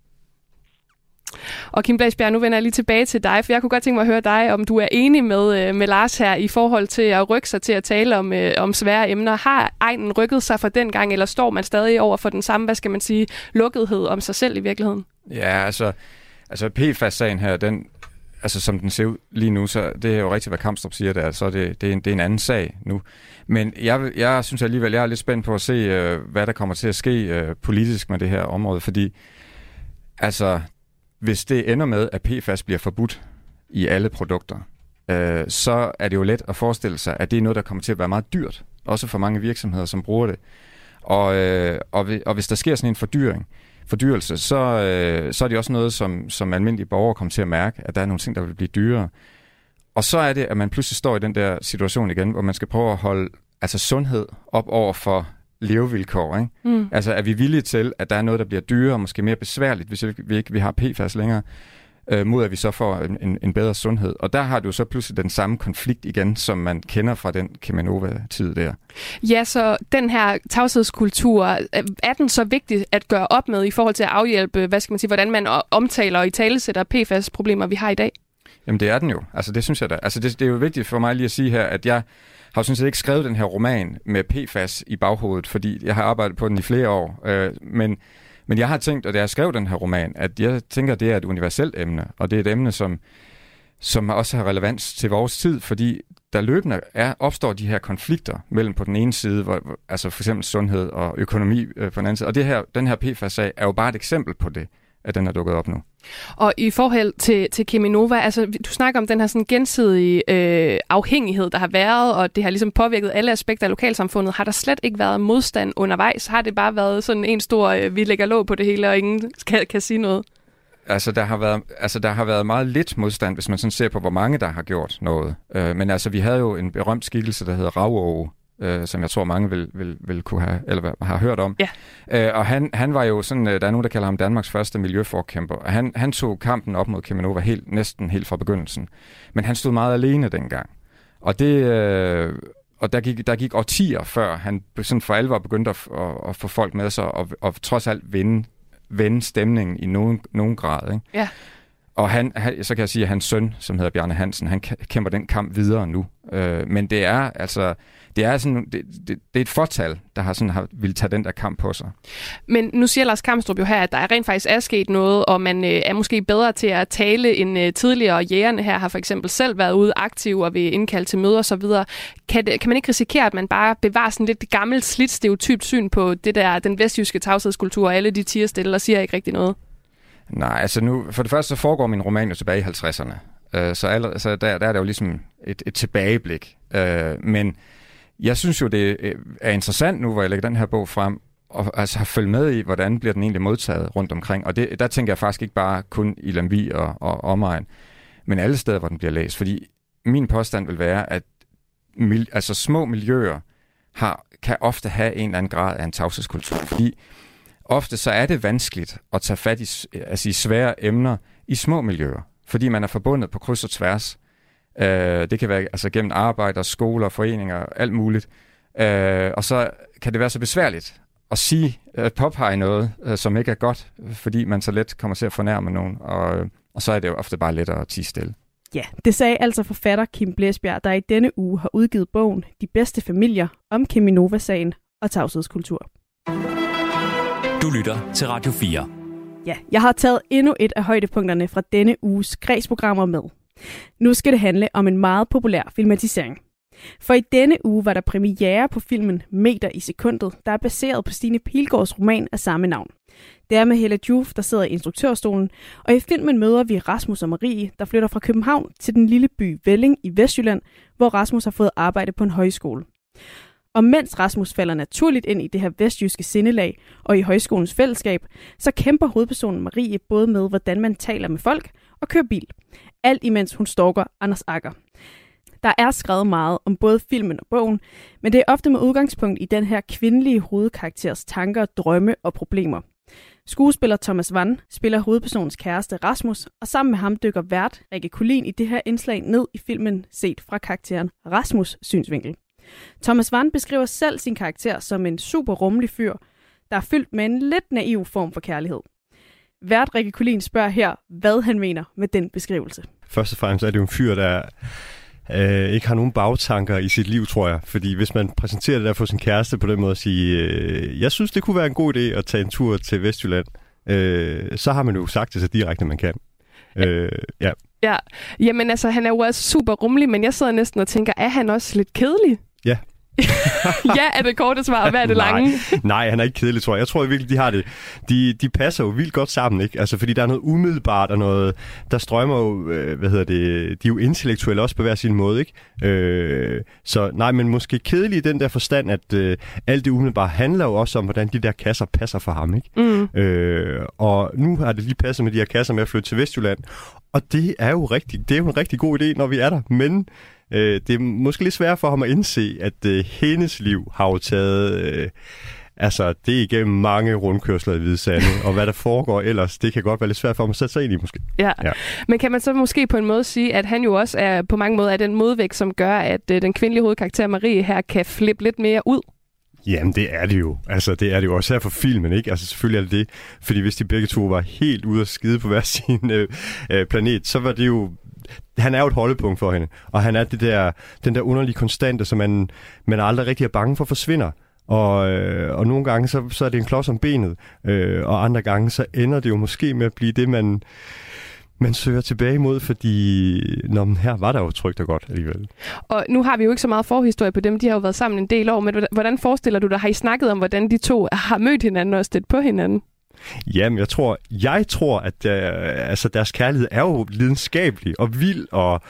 Og Kim Blæsbjerg, nu vender jeg lige tilbage til dig, for jeg kunne godt tænke mig at høre dig, om du er enig med Lars her i forhold til at rykke sig til at tale om svære emner. Har egnen rykket sig fra den gang, eller står man stadig over for den samme, lukkethed om sig selv i virkeligheden? Ja, altså PFAS-sagen her, som den ser ud lige nu, så det er jo rigtigt, hvad Kamstrup siger der, så det er en anden sag nu. Men jeg synes alligevel, jeg er lidt spændt på at se, hvad der kommer til at ske politisk med det her område, fordi hvis det ender med, at PFAS bliver forbudt i alle produkter, så er det jo let at forestille sig, at det er noget, der kommer til at være meget dyrt, også for mange virksomheder, som bruger det. Og hvis der sker sådan en fordyrelse, så er det også noget, som almindelige borgere kommer til at mærke, at der er nogle ting, der vil blive dyrere. Og så er det, at man pludselig står i den der situation igen, hvor man skal prøve at holde sundhed op over for levevilkår, ikke? Mm. Altså, er vi villige til, at der er noget, der bliver dyrere og måske mere besværligt, hvis vi ikke har PFAS længere, mod at vi så får en bedre sundhed. Og der har du så pludselig den samme konflikt igen, som man kender fra den Cheminova-tid der. Ja, så den her tavshedskultur, er den så vigtig at gøre op med i forhold til at afhjælpe, hvordan man omtaler og italesætter PFAS-problemer, vi har i dag? Jamen, det er den jo. Altså, det synes jeg da. Altså, det er jo vigtigt for mig lige at sige her, at jeg har sådan set ikke skrevet den her roman med PFAS i baghovedet, fordi jeg har arbejdet på den i flere år. Men jeg har tænkt, og da jeg skrev den her roman, at jeg tænker, at det er et universelt emne, og det er et emne, som også har relevans til vores tid, fordi der løbende opstår de her konflikter mellem på den ene side, altså for eksempel sundhed og økonomi på den anden side. Og den her PFAS-sag er jo bare et eksempel på det, at den er dukket op nu. Og i forhold til Cheminova, du snakker om den her sådan gensidige afhængighed, der har været, og det har ligesom påvirket alle aspekter af lokalsamfundet. Har der slet ikke været modstand undervejs? Har det bare været sådan en stor, vi lægger låg på det hele, og ingen kan sige noget? Der har været meget lidt modstand, hvis man sådan ser på, hvor mange der har gjort noget. Men vi havde jo en berømt skikkelse, der hedder Ravåge, som jeg tror mange vil kunne have, eller har hørt om. Ja. Og han var jo sådan, der er nogen, der kalder ham Danmarks første miljøforkæmper. Og han tog kampen op mod Cheminova næsten helt fra begyndelsen. Men han stod meget alene dengang. Og der gik årtier, før han sådan for alvor begyndte at få folk med sig, og trods alt vende stemningen i nogen grad. Ikke? Ja. Og så kan jeg sige, at hans søn, som hedder Bjarne Hansen, han kæmper den kamp videre nu. Men det er et fortal, der har ville tage den der kamp på sig. Men nu siger Lars Kamstrup jo her, at der rent faktisk er sket noget, og man er måske bedre til at tale end tidligere. Jægerne her har for eksempel selv været ude aktive og vil indkalde til møder og så videre. Kan man ikke risikere, at man bare bevarer sådan lidt gammelt, slidt, stereotypt syn på det der, den vestjyske tavshedskultur, og alle de tier stille og siger ikke rigtig noget? Nej, nu for det første så foregår min roman jo tilbage i 50'erne. Så der er der jo ligesom et tilbageblik. Men jeg synes jo, det er interessant nu, hvor jeg lægger den her bog frem, og altså har følt med i, hvordan bliver den egentlig modtaget rundt omkring. Og der tænker jeg faktisk ikke bare kun i Lemvig og omegn, men alle steder, hvor den bliver læst. Fordi min påstand vil være, at altså små miljøer kan ofte have en eller anden grad af en tavshedskultur. Fordi ofte så er det vanskeligt at tage fat i svære emner i små miljøer. Fordi man er forbundet på kryds og tværs. Det kan være altså gennem arbejde, skoler, foreninger, alt muligt. Og så kan det være så besværligt at påpege noget, som ikke er godt, fordi man så let kommer til at fornærme nogen, og så er det jo ofte bare lettere at tie stille. Ja, det sagde altså forfatter Kim Blæsbjerg, der i denne uge har udgivet bogen De bedste familier om Cheminova-sagen og tavshedskultur. Du lytter til Radio 4. Ja, jeg har taget endnu et af højdepunkterne fra denne uges Græs-programmer med. Nu skal det handle om en meget populær filmatisering. For i denne uge var der premiere på filmen Meter i sekundet, der er baseret på Stine Pilgaards roman af samme navn. Det er med Hella Joof, der sidder i instruktørstolen, og i filmen møder vi Rasmus og Marie, der flytter fra København til den lille by Velling i Vestjylland, hvor Rasmus har fået arbejde på en højskole. Og mens Rasmus falder naturligt ind i det her vestjyske sindelag og i højskolens fællesskab, så kæmper hovedpersonen Marie både med, hvordan man taler med folk og kører bil. Alt imens hun stalker Anders Agger. Der er skrevet meget om både filmen og bogen, men det er ofte med udgangspunkt i den her kvindelige hovedkarakters tanker, drømme og problemer. Skuespiller Thomas Vann spiller hovedpersonens kæreste Rasmus, og sammen med ham dykker vært Rikke Kulin i det her indslag ned i filmen set fra karakteren Rasmus' synsvinkel. Thomas Vann beskriver selv sin karakter som en super rummelig fyr, der er fyldt med en lidt naiv form for kærlighed. Vært Rikke Kulin spørger her, hvad han mener med den beskrivelse. Først og fremmest er det jo en fyr, der ikke har nogen bagtanker i sit liv, tror jeg. Fordi hvis man præsenterer det der for sin kæreste på den måde at sige, jeg synes, det kunne være en god idé at tage en tur til Vestjylland, så har man jo sagt det så direkte, man kan. Ja. Ja, jamen altså, han er jo også super rummelig, men jeg sidder næsten og tænker, er han også lidt kedelig? Ja. Ja, er det korte svar, og hvad er det lange? Nej, han er ikke kedelig, tror jeg. Jeg tror virkelig, de har det. De passer jo vildt godt sammen, ikke? Altså, fordi der er noget umiddelbart og noget, der strømmer jo, de er jo intellektuelle også på hver sin måde, ikke? Så nej, men måske kedelig i den der forstand, at alt det umiddelbart handler jo også om, hvordan de der kasser passer for ham, ikke? Og nu har det lige passet med de her kasser med at flytte til Vestjylland, og det er jo en rigtig god idé, når vi er der, men det er måske lidt svært for ham at indse, at hendes liv har jo taget det er igennem mange rundkørsler i Hvide Sande, og hvad der foregår ellers, det kan godt være lidt svært for ham at sætte sig ind i måske. Ja. Men kan man så måske på en måde sige, at han jo også er på mange måder er den modvægt, som gør, at den kvindelige hovedkarakter Marie her kan flippe lidt mere ud? Jamen, det er det jo. Altså, det er det jo også her for filmen, ikke? Altså, selvfølgelig er det. Fordi hvis de begge to var helt ude at skide på hver sin planet, så var det jo... Han er jo et holdepunkt for hende, og han er den der underlige konstante, som man aldrig rigtig er bange for forsvinder. Og nogle gange, så er det en klods om benet, og andre gange, så ender det jo måske med at blive det, man søger tilbage imod, fordi her var der jo trygt og godt alligevel. Og nu har vi jo ikke så meget forhistorie på dem, de har jo været sammen en del år, men hvordan forestiller du dig, har I snakket om, hvordan de to har mødt hinanden og stødt på hinanden? Jamen, jeg tror, at deres kærlighed er jo lidenskabelig og vild,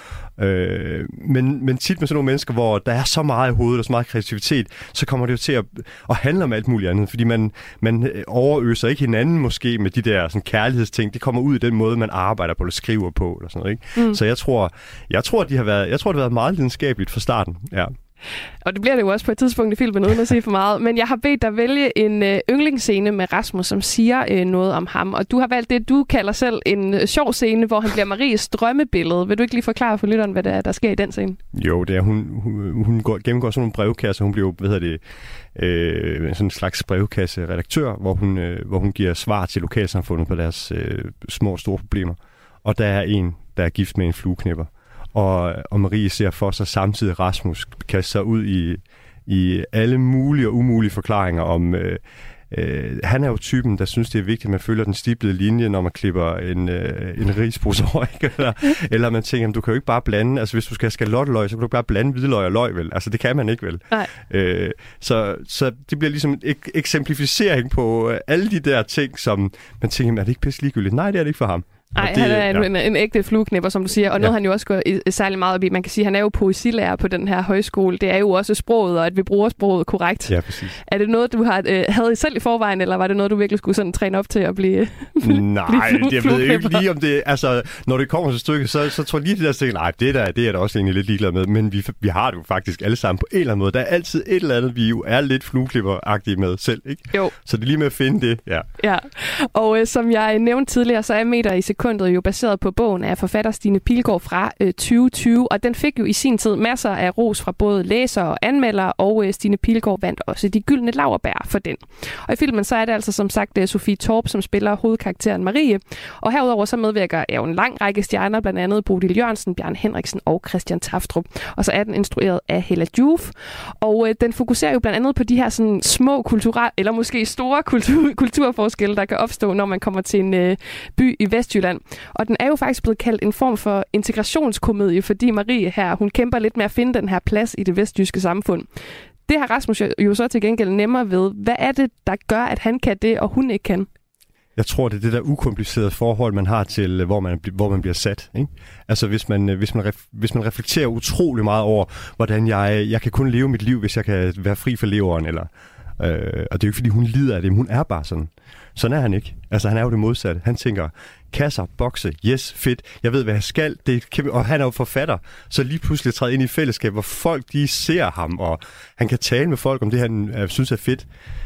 men tit med sådan nogle mennesker, hvor der er så meget i hovedet og så meget kreativitet, så kommer det jo til at handle om alt muligt andet, fordi man overøser ikke hinanden måske med de der sådan, kærlighedsting. Det kommer ud i den måde, man arbejder på eller skriver på eller sådan noget, ikke? Så jeg tror, det har været meget lidenskabeligt fra starten, ja. Og det bliver det jo også på et tidspunkt i filmen, uden at sige for meget. Men jeg har bedt dig vælge en yndlingsscene med Rasmus, som siger noget om ham. Og du har valgt det, du kalder selv en sjov scene, hvor han bliver Maries drømmebillede. Vil du ikke lige forklare for lytteren, hvad der sker i den scene? Jo, det er, hun gennemgår sådan nogle brevkasser. Hun bliver sådan en slags brevkasse-redaktør, hvor hun giver svar til lokalsamfundet på deres små og store problemer. Og der er en, der er gift med en flueknipper. Og Marie ser for sig samtidig Rasmus kaste sig ud i alle mulige og umulige forklaringer om... han er jo typen, der synes, det er vigtigt, at man følger den stiplede linje, når man klipper en rispose over, eller man tænker, du kan jo ikke bare blande... Altså, hvis du skal have skalotteløg, så kan du bare blande hvidløg og løg, vel? Altså, det kan man ikke, vel? Nej. Så det bliver ligesom en eksemplificering på alle de der ting, som man tænker, er det ikke pisse ligegyldigt? Nej, det er det ikke for ham. Nej, han er en ægte flueknipper, som du siger, og noget han jo også går særlig meget op i. Man kan sige, at han er jo poesilærer på den her højskole. Det er jo også sproget, og at vi bruger sproget korrekt. Ja, præcis. Er det noget, du havde selv i forvejen, eller var det noget, du virkelig skulle sådan træne op til at blive Nej, jeg ved ikke lige om det... Altså, når det kommer til stykket, så tror jeg lige det der stikker, nej, det er der også egentlig lidt ligeglad med, men vi har det jo faktisk alle sammen på en eller anden måde. Der er altid et eller andet, vi jo er lidt flueklipper-agtige med selv, ikke? Jo. Så det er lige med at finde det, ja. Ja, og som jeg nævnte tidligere, så er Meter i sekundet jo baseret på bogen af forfatter Stine Pilgaard fra 2020, og den fik jo i sin tid masser af ros fra både læsere og anmeldere, og Stine Pilgaard vandt også de gyldne laurbær for den. Og i filmen så er det altså som sagt Sofie Torp, som spiller hovedkarakteren Marie, og herudover så medvirker jo en lang række stjerner, blandt andet Bodil Jørgensen, Bjarne Henriksen og Christian Taftrup, og så er den instrueret af Hella Juf, og den fokuserer jo blandt andet på de her sådan små eller måske store kulturforskelle, der kan opstå, når man kommer til en by i Vestjylland. Og den er jo faktisk blevet kaldt en form for integrationskomedie, fordi Marie her, hun kæmper lidt med at finde den her plads i det vestjyske samfund. Det har Rasmus jo så til gengæld nemmere ved. Hvad er det, der gør, at han kan det, og hun ikke kan? Jeg tror, det er det der ukomplicerede forhold, man har til, hvor man bliver sat. Ikke? Altså, hvis man reflekterer utrolig meget over, hvordan jeg kan kun leve mit liv, hvis jeg kan være fri for leveren, eller... og det er jo ikke, fordi hun lider af det, men hun er bare sådan. Sådan er han ikke. Altså, han er jo det modsatte. Han tænker, kasser, bokse, yes, fedt, jeg ved, hvad jeg skal. Og han er jo forfatter, så lige pludselig træder ind i fællesskab, hvor folk, de ser ham, og han kan tale med folk om det, han synes er fedt.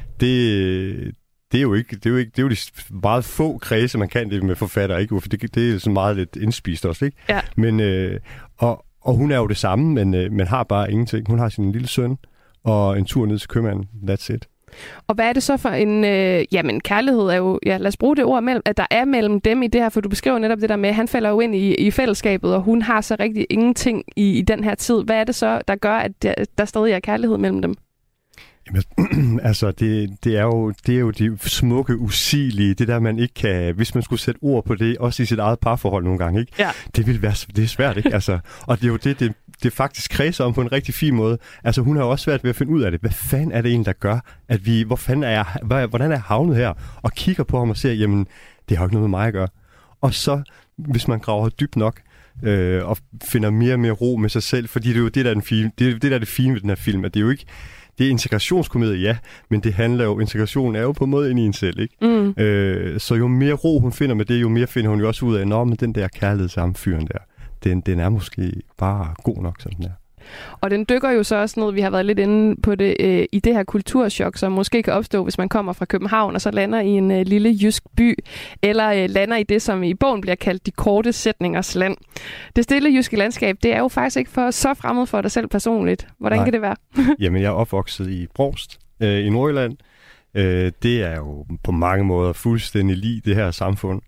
Det er jo de meget få kredse, man kan det med forfatter, ikke? For det er så meget lidt indspist også, ikke? Ja. Men, og hun er jo det samme, men har bare ingenting. Hun har sin lille søn, og en tur ned til købmanden. That's it. Og hvad er det så for en... jamen, kærlighed er jo... Ja, lad os bruge det ord, at der er mellem dem i det her, for du beskriver netop det der med, at han falder jo ind i fællesskabet, og hun har så rigtig ingenting i den her tid. Hvad er det så, der gør, at der stadig er kærlighed mellem dem? Jamen, altså, det er jo de smukke, usigelige, det der, man ikke kan... Hvis man skulle sætte ord på det, også i sit eget parforhold nogle gange, ikke? Ja. Det er svært, ikke? Altså, og det er jo det faktisk kredser om på en rigtig fin måde. Altså, hun har jo også svært ved at finde ud af det. Hvad fanden er det egentlig, der gør, at hvordan er jeg havnet her? Og kigger på ham og siger, jamen, det har jo ikke noget med mig at gøre. Og så, hvis man graver dybt nok, og finder mere og mere ro med sig selv, fordi det er jo det, der er det fine ved den her film, at det er jo ikke... Det er integrationskomedie, ja, men det handler jo, integration er jo på en måde ind i en selv, ikke? Mm. Så jo mere ro hun finder med det, jo mere finder hun jo også ud af, men den der kærlighed sammen fyren der, den er måske bare god nok, som den er. Og den dykker jo så også ned, vi har været lidt inde på det, i det her kulturschok, som måske kan opstå, hvis man kommer fra København, og så lander i en lille jysk by, eller lander i det, som i bogen bliver kaldt de korte sætningers land. Det stille jyske landskab, det er jo faktisk ikke så fremmed for dig selv personligt. Hvordan kan det være? Jamen, jeg er opvokset i Brovst i Nordjylland. Det er jo på mange måder fuldstændig lig det her samfund.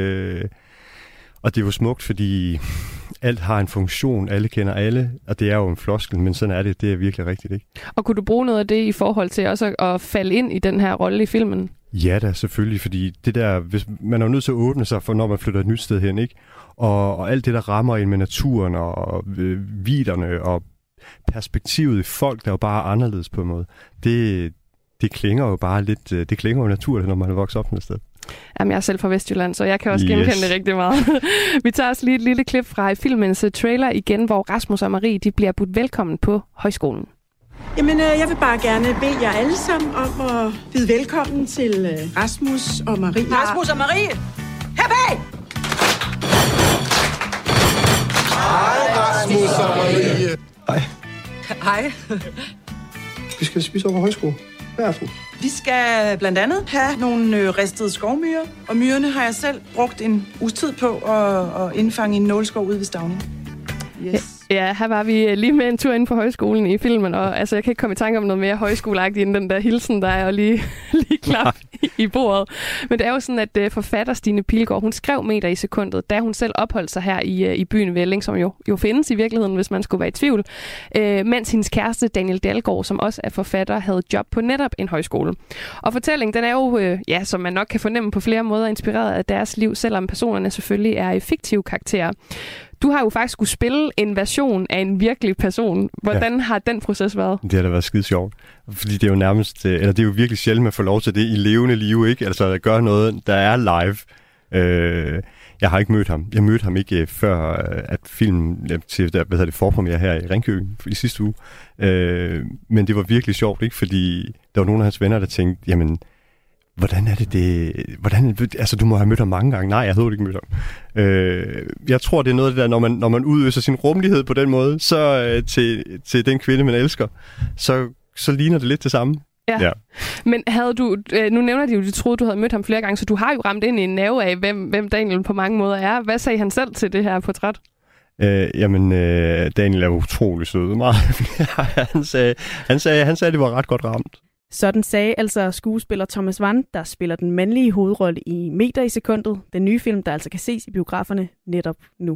Og det er jo smukt, fordi alt har en funktion, alle kender alle, og det er jo en floskel, men sådan er det er virkelig rigtigt, ikke? Og kunne du bruge noget af det i forhold til også at falde ind i den her rolle i filmen? Ja da, selvfølgelig, fordi det der, hvis man er nødt til at åbne sig for, når man flytter et nyt sted hen, ikke? Og alt det, der rammer ind med naturen og vidderne og perspektivet i folk, der er jo bare anderledes på en måde, det klinger jo bare lidt, det klinger jo naturligt, når man er vokset op med et sted. Jamen, jeg er selv fra Vestjylland, så jeg kan også genkende det rigtig meget. Vi tager også lige et lille klip fra filmens trailer igen, hvor Rasmus og Marie de bliver budt velkommen på højskolen. Jamen, jeg vil bare gerne bede jer alle sammen om at byde velkommen til Rasmus og Marie. Rasmus og Marie! Her bag! Hej, Rasmus og Marie. Hej. Hej. Vi skal spise over på højskole. Hvad aften? Vi skal blandt andet have nogle ristede skovmyrer, og myrerne har jeg selv brugt en uges tid på at indfange i en nåleskov ude ved Stauning. Yes. Ja, her var vi lige med en tur ind på højskolen i filmen, og altså, jeg kan ikke komme i tanke om noget mere højskoleagtigt end den der hilsen, der er lige klap i bordet. Men det er jo sådan, at forfatter Stine Pilgaard, hun skrev Meter i sekundet, da hun selv opholdt sig her i byen Velling, som jo findes i virkeligheden, hvis man skulle være i tvivl, mens hendes kæreste Daniel Dalgaard, som også er forfatter, havde job på netop en højskole. Og fortællingen, den er jo, som man nok kan fornemme på flere måder, inspireret af deres liv, selvom personerne selvfølgelig er fiktive karakterer. Du har jo faktisk skulle spille en version af en virkelig person. Hvordan har den proces været? Det har da været skide sjovt. Fordi det er jo nærmest, eller det er jo virkelig sjældent, at få lov til det i levende liv, ikke? Altså at gøre noget, der er live. Jeg har ikke mødt ham. Jeg mødte ham ikke før, at filmen til forpremiere her i Ringkøbing i sidste uge. Men det var virkelig sjovt, ikke? Fordi der var nogle af hans venner, der tænkte, jamen, hvordan er det? Altså, du må have mødt ham mange gange. Nej, jeg havde ikke mødt ham. Jeg tror, det er noget af det der, når man udøser sin rummelighed på den måde, så til den kvinde, man elsker, så ligner det lidt det samme. Ja. Men havde du, nu nævner de jo, at de troede, du havde mødt ham flere gange, så du har jo ramt ind i en nerve af, hvem Daniel på mange måder er. Hvad sagde han selv til det her portræt? Daniel er utrolig sød. Meget. han sagde, at det var ret godt ramt. Sådan sagde altså skuespiller Thomas Vand, der spiller den mandlige hovedrolle i Meter i sekundet, den nye film, der altså kan ses i biograferne netop nu.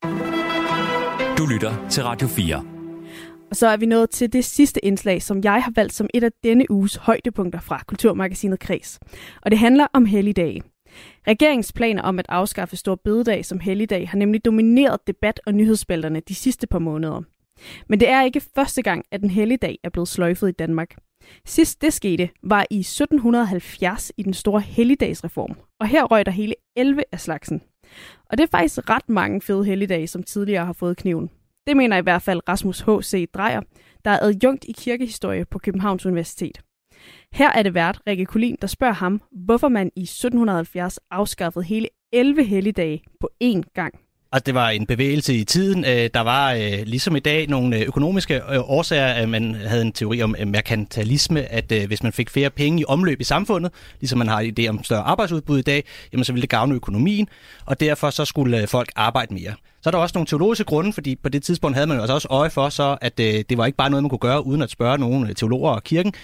Du lytter til Radio 4. Og så er vi nået til det sidste indslag, som jeg har valgt som et af denne uges højdepunkter fra Kulturmagasinet Kreds. Og det handler om helligdage. Regeringens planer om at afskaffe Store Bededag som helligdag har nemlig domineret debat- og nyhedsspalterne de sidste par måneder. Men det er ikke første gang, at en helligdag er blevet sløjfet i Danmark. Sidst det skete, var i 1770 i den store helligdagsreform, og her røg der hele 11 af slagsen. Og det er faktisk ret mange fede helligdage, som tidligere har fået kniven. Det mener i hvert fald Rasmus H.C. Dreyer, der er adjunkt i kirkehistorie på Københavns Universitet. Her er det vært Rikke Collin, der spørger ham, hvorfor man i 1770 afskaffede hele 11 helligdage på én gang. Altså, det var en bevægelse i tiden. Der var ligesom i dag nogle økonomiske årsager. Man havde en teori om merkantilisme, at hvis man fik flere penge i omløb i samfundet, ligesom man har en idé om større arbejdsudbud i dag, jamen, så ville det gavne økonomien, og derfor så skulle folk arbejde mere. Så er der også nogle teologiske grunde, fordi på det tidspunkt havde man jo også øje for, så at det var ikke bare noget, man kunne gøre, uden at spørge nogle teologer og kirken.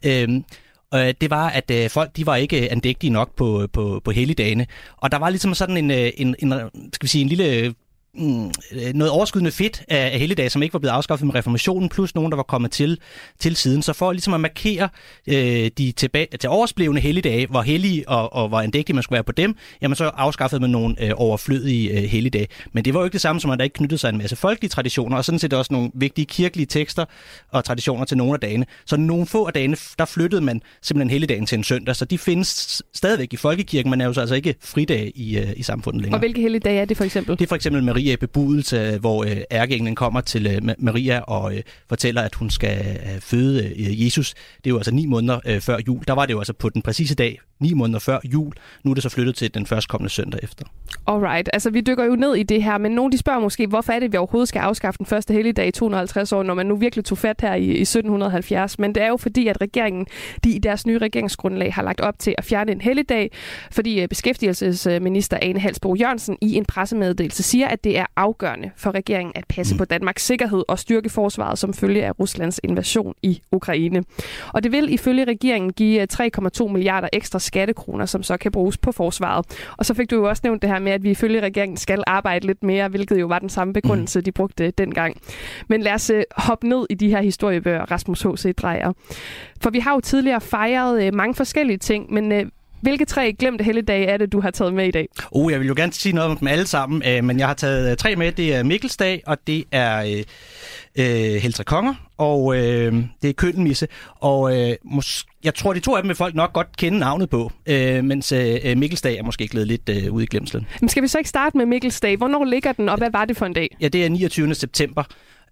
Det var, at folk de var ikke andægtige nok på helligdagene. Og der var ligesom sådan en lille noget overskydende fedt af helligdage, som ikke var blevet afskaffet med reformationen, plus nogen, der var kommet til siden. Så for ligesom at markere de til oversblevne helligdage, hvor hellige og hvor andægtige man skulle være på dem, jamen så afskaffede man nogle overflødige helligdage. Men det var jo ikke det samme, som at der ikke knyttede sig en masse folkelige traditioner, og sådan set også nogle vigtige kirkelige tekster og traditioner til nogle af dagene. Så nogle få af dagene, der flyttede man simpelthen helligdagen til en søndag, så de findes stadigvæk i folkekirken, men er jo så altså ikke fridage i samfundet længere. Og hvilke helligdage er det for eksempel? Det er for eksempel Maria bebudelse, hvor ærkeenglen kommer til Maria og fortæller, at hun skal føde Jesus. Det er jo altså 9 måneder før jul. Der var det jo altså på den præcise dag, 9 måneder før jul. Nu er det så flyttet til den førstkommende søndag efter. Alright, altså vi dykker jo ned i det her, men nogen de spørger måske, hvorfor er det, vi overhovedet skal afskaffe den første helligdag i 250 år, når man nu virkelig tog fat her i 1770. Men det er jo fordi, at regeringen, de i deres nye regeringsgrundlag har lagt op til at fjerne en helligdag, fordi beskæftigelsesminister Ane Halsboe-Jørgensen i en pressemeddelelse siger, at det er afgørende for regeringen at passe på Danmarks sikkerhed og styrke forsvaret som følge af Ruslands invasion i Ukraine. Og det vil ifølge regeringen give 3,2 milliarder ekstra skattekroner, som så kan bruges på forsvaret. Og så fik du jo også nævnt det her med, at vi ifølge regeringen skal arbejde lidt mere, hvilket jo var den samme begrundelse, de brugte dengang. Men lad os hoppe ned i de her historiebøger, Rasmus H.C. Dreyer. For vi har jo tidligere fejret mange forskellige ting, men hvilke 3 glemte helligdage er det, du har taget med i dag? Jeg vil jo gerne sige noget om dem alle sammen, men jeg har taget 3 med. Det er Mikkelsdag, og det er Heltre Konger, og det er Køndelmisse. Og jeg tror, de 2 af dem vil folk nok godt kende navnet på, mens Mikkelsdag er måske glædet lidt ud i glemslen. Men skal vi så ikke starte med Mikkelsdag? Hvornår ligger den, og hvad var det for en dag? Ja, det er 29. september,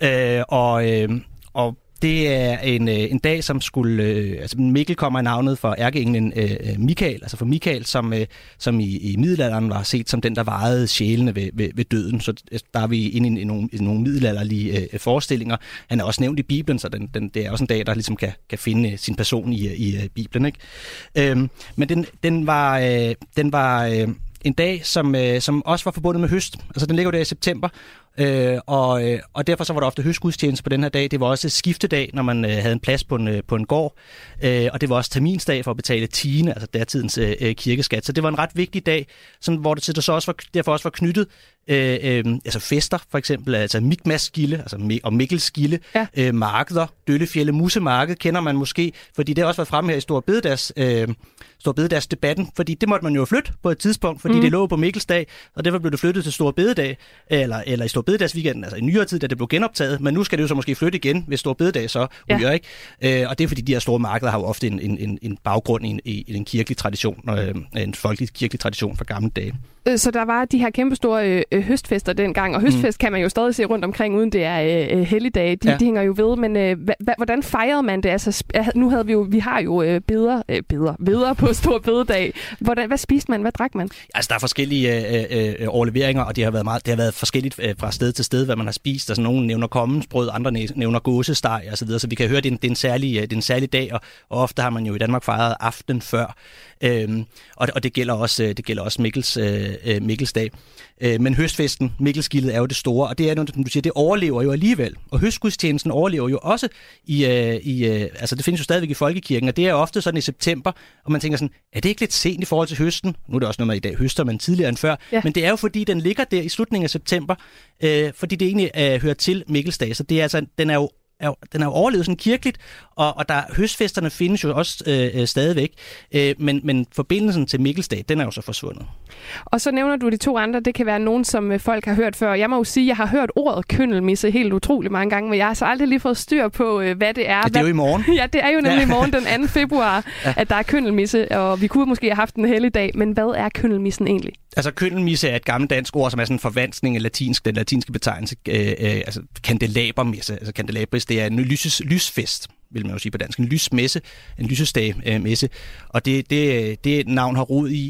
og det er en dag, som skulle... altså Mikkel kommer i navnet for ærkeenglen Mikael, altså for Mikael, som i middelalderen var set som den, der vejede sjælene ved døden. Så der er vi inde i nogle middelalderlige forestillinger. Han er også nævnt i Bibelen, så det er også en dag, der ligesom kan finde sin person i Bibelen. Ikke? Men den var en dag, som også var forbundet med høst. Altså den ligger der i september. Og derfor så var der ofte høstgudstjeneste på den her dag. Det var også skiftedag, når man havde en plads på en gård. Og det var også terminsdag for at betale tiende, altså datidens kirkeskat. Så det var en ret vigtig dag, hvor det så også derfor også var knyttet altså fester, for eksempel, altså Mikmasgilde, altså og Mikkelsgilde, ja. Markeder, Døllefjælde, Musemarked kender man måske, fordi det har også været fremme her i Store Bededagsdebatten, fordi det måtte man jo flytte på et tidspunkt, fordi det lå på Mikkelsdag, og derfor blev det flyttet til Store Bededag, eller i Store bededagsweekenden, altså i nyere tid, da det blev genoptaget, men nu skal det jo så måske flytte igen, hvis Store Bededag så ryger, ikke? Og det er fordi, de her store markeder har jo ofte en baggrund i en kirkelig tradition, en folkelig kirkelig tradition fra gamle dage. Så der var de her kæmpestore høstfester dengang, og høstfest kan man jo stadig se rundt omkring, uden det er helligdage. De hænger jo ved, men hvordan fejrede man det? Altså, nu havde vi har jo beder på Store Bededag. Hvad spiste man? Hvad drak man? Altså, der er forskellige overleveringer, og det har været forskelligt fra sted til sted, hvad man har spist. Altså, nogen nævner kommensbrød, andre nævner gåsesteg og så videre. Så vi kan høre, det er en særlig dag, og ofte har man jo i Danmark fejret aftenen før. Og det gælder også Mikkelsdag. Men høstfesten, Mikkelsgildet, er jo det store, og det er noget, som du siger, det overlever jo alligevel. Og høstgudstjenesten overlever jo også altså det findes jo stadigvæk i folkekirken, og det er jo ofte sådan i september, og man tænker sådan, er det ikke lidt sent i forhold til høsten? Nu er det også noget med i dag, høster man tidligere end før, men det er jo fordi, den ligger der i slutningen af september, fordi det egentlig hører til Mikkelsdag, så det er altså, den er jo overlevet sådan kirkeligt, og der høstfesterne findes jo også stadigvæk, men forbindelsen til Mikkelsdag, den er jo så forsvundet. Og så nævner du de to andre, det kan være nogen, som folk har hørt før. Jeg må jo sige, at jeg har hørt ordet køndelmisse helt utrolig mange gange, men jeg har så aldrig lige fået styr på, hvad det er. Ja, det er jo i morgen. Ja, det er jo nemlig i morgen, den 2. februar, at der er køndelmisse, og vi kunne måske have haft en helligdag, men hvad er køndelmissen egentlig? Altså køndelmisse er et gammelt dansk ord, som er sådan en forvanskning af den latinske betegnelse, altså kandelabermisse. Altså kandelabris, det er en lysfest, vil man jo sige på dansk. En lysmesse, en lysestagmesse. Og det navn har rod i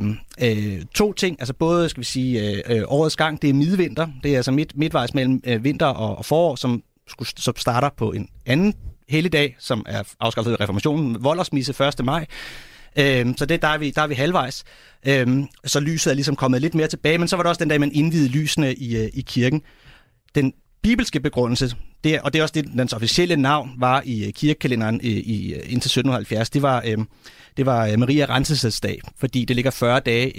to ting. Altså både, skal vi sige, årets gang, det er midvinter. Det er altså midtvejs mellem vinter og forår, som starter på en anden helligdag, som er afskaffet ved reformationen. Voldersmisse 1. maj. Så der er vi halvvejs. Så lyset er ligesom kommet lidt mere tilbage, men så var der også den dag, man indvidede lysene i kirken. Den bibelske begrundelse, og det er også det, dens officielle navn var i kirkekalenderen indtil 1770, det var Maria Renselsesdag, fordi det ligger 40 dage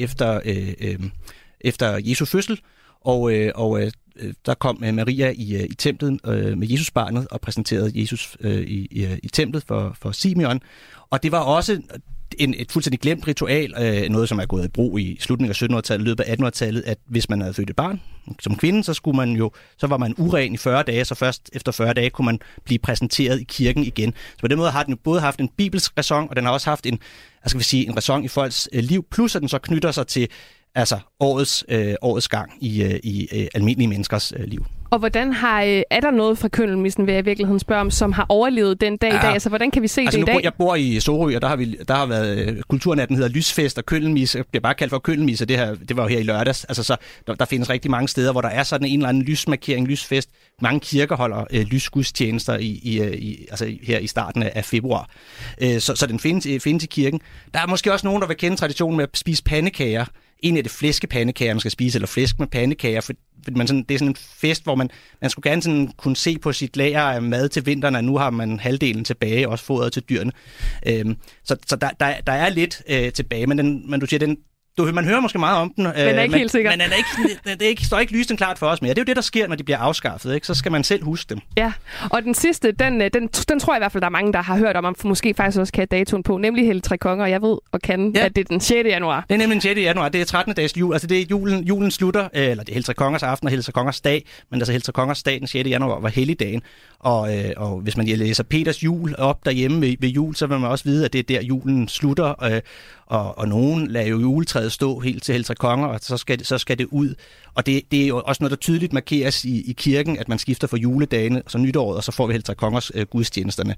efter Jesu fødsel, og der kom Maria i templet med Jesusbarnet og præsenterede Jesus i templet for Simeon, og det var også et fuldstændig glemt ritual, noget som er gået i brug i slutningen af 1700-tallet, løbet af 1800-tallet, at hvis man havde født et barn som kvinde, så var man uren i 40 dage, så først efter 40 dage kunne man blive præsenteret i kirken igen. Så på den måde har den jo både haft en bibelsk ræson, og den har også haft en ræson i folks liv, plus at den så knytter sig til årets gang i almindelige menneskers liv. Og hvordan er der noget fra køndelmissen, vil jeg i virkeligheden spørge om, som har overlevet den dag i dag? Altså, hvordan kan vi se det i dag? Jeg bor i Sorø, og der har været kulturnatten, hedder Lysfest og køndelmisse. Det bliver bare kaldt for køndelmisse, det var jo her i lørdags. Altså, så der findes rigtig mange steder, hvor der er sådan en eller anden lysmarkering, lysfest. Mange kirker holder lysgudstjenester her i starten af februar. Så den findes i kirken. Der er måske også nogen, der vil kende traditionen med at spise pandekager. En af det flæskepandekager, man skal spise, eller flæsk med pandekager, fordi det er sådan en fest, hvor man skulle gerne sådan kunne se på sit lager af mad til vinteren, og nu har man halvdelen tilbage, også fodret til dyrene. Så der er lidt tilbage, men du siger, man hører måske meget om den, men er ikke helt sikker. Men det står ikke lyst klart for os mere. Det er jo det, der sker, når de bliver afskaffet, ikke? Så skal man selv huske dem. Ja, og den sidste, den tror jeg i hvert fald, der er mange, der har hørt om måske faktisk også kan have datoen på, nemlig Hellig Tre Konger. Jeg ved og kan, at det er den 6. januar. Det er nemlig den 6. januar. Det er 13. dags jul. Altså det er julen slutter, eller det er Hellig Tre Kongers aften og Hellig Tre Kongers dag, men altså Hellig Tre Kongers dag den 6. januar var helligdagen. Og hvis man læser Peters jul op derhjemme ved jul, så vil man også vide, at det er der julen slutter, og nogen lader jo juletræet stå helt til Hellig Tre Konger, og så skal det ud. Og det er jo også noget, der tydeligt markeres i kirken, at man skifter fra juledagene, så nytåret, og så får vi Hellig Tre Kongers gudstjenesterne.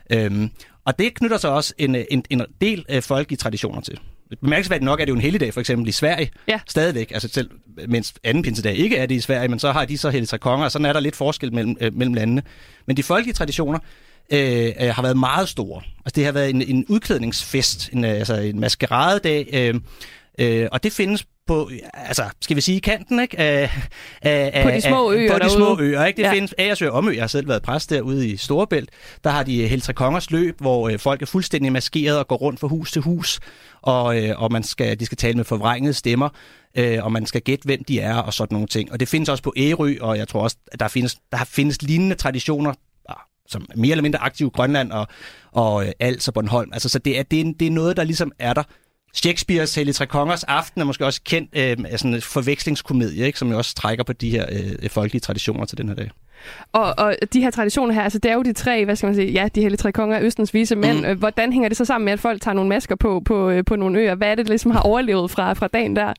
Og det knytter sig også en del folkelige traditioner til. Bemærkelsesværdigt nok er det jo en helligdag, for eksempel i Sverige, stadigvæk, altså selv mens anden pinsedag ikke er det i Sverige, men så har de så Hellig Tre Konger, og sådan er der lidt forskel mellem landene. Men de folkelige traditioner har været meget store. Altså det har været en udklædningsfest, en maskeradedag, og det findes på, skal vi sige kanten, ikke? På de små øer derude. På de små øer, ikke? Det findes Agersø og Omø. Jeg har selv været præst derude i Storebælt. Der har de Hellig Tre Kongers løb, hvor folk er fuldstændig maskeret og går rundt fra hus til hus, og de skal tale med forvrængede stemmer, og man skal gætte, hvem de er, og sådan nogle ting. Og det findes også på Ærø, og jeg tror også, at der findes lignende traditioner, som er mere eller mindre aktive i Grønland og Als og Bornholm. Altså, så det er noget, der ligesom er der Shakespeares Hellige Tre Kongers Aften er måske også kendt af sådan en forvekslingskomedie, ikke? Som jo også trækker på de her folkelige traditioner til den her dag. Og de her traditioner her, altså det er jo de tre, hvad skal man sige, ja, de hellige tre konger, Østens vise mænd. Hvordan hænger det så sammen med, at folk tager nogle masker på nogle øer? Hvad er det, ligesom har overlevet fra dagen der?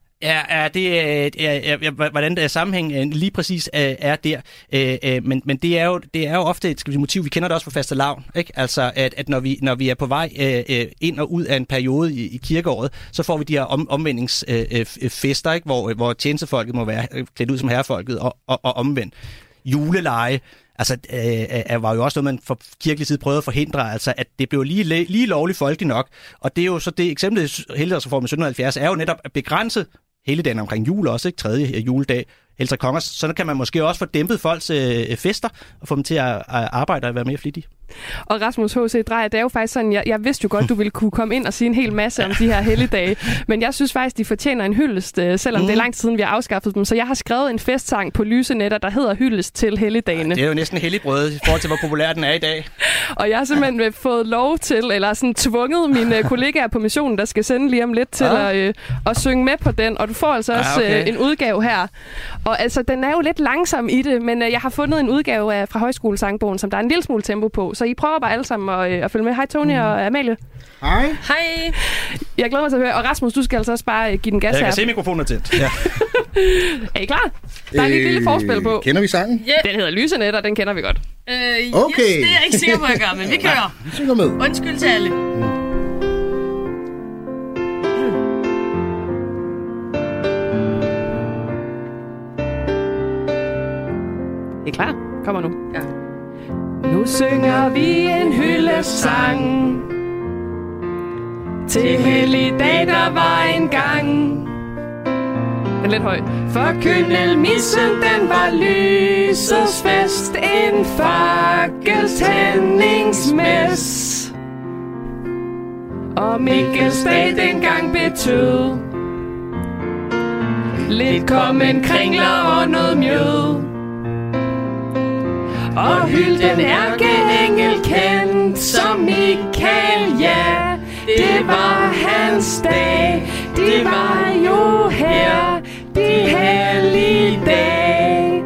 Hvordan sammenhæng lige præcis er der. Men det er jo ofte et motiv, vi kender det også fra fastelavn, ikke? Altså, at når vi er på vej ind og ud af en periode i kirkeåret, så får vi de her omvendingsfester, ikke? Hvor tjenestefolket må være klædt ud som herrefolket og omvendt. Juleleje, altså var jo også noget, man fra kirkelig side prøvede at forhindre, altså at det blev lige lovligt folkeligt nok. Og det er jo så det eksempel, helligdagsreformen 1770, er jo netop at begrænse helligdagen omkring jul også, ikke? 3. juledag, Hellige Tre Kongers. Så kan man måske også få dæmpet folks fester og få dem til at arbejde og være mere flittige. Og Rasmus H.C. Dreyer, det er jo faktisk sådan, jeg vidste jo godt, du ville kunne komme ind og sige en hel masse om de her helligdage, men jeg synes faktisk, de fortjener en hyldest, selvom det er lang tid siden, vi har afskaffet dem. Så jeg har skrevet en festsang på lyse netter, der hedder Hyldest til helligdagene. Det er jo næsten helligbrød i forhold til, hvor populær den er i dag. Og jeg har simpelthen fået lov til, eller sådan tvunget mine kollegaer på missionen, der skal sende lige om lidt til at synge med på den, og du får altså også en udgave her. Og altså, den er jo lidt langsom i det, men jeg har fundet en udgave fra Højskolesangbogen, som der er en lille smule tempo på. Så I prøver bare alle sammen at følge med. Hej Tony og Amalie. Hej. Hej. Jeg glæder mig til at høre. Og Rasmus, du skal altså også bare give den gas her. Jeg kan se mikrofonen tæt. Ja. Er I klar? Der er lige et lille forspil på. Kender vi sangen? Yeah. Den hedder Lysenet, og den kender vi godt. Okay. Yes, det er jeg ikke sikker på, at jeg gør, men vi kører. Vi synger med. Undskyld til alle. I er klar? Kommer nu. Ja. Nu synger vi en hyldestsang til helligdag, der var engang. Den er lidt høj. For køndelmissen, den var lysets fest, en fakkeltændingsmess. Og Mikkelsdag dengang betød lidt kommen kringler og noget mjød. Og hylden ærkeengel kendt som Michael, ja, det var hans dag. Det var jo her, de hellige dage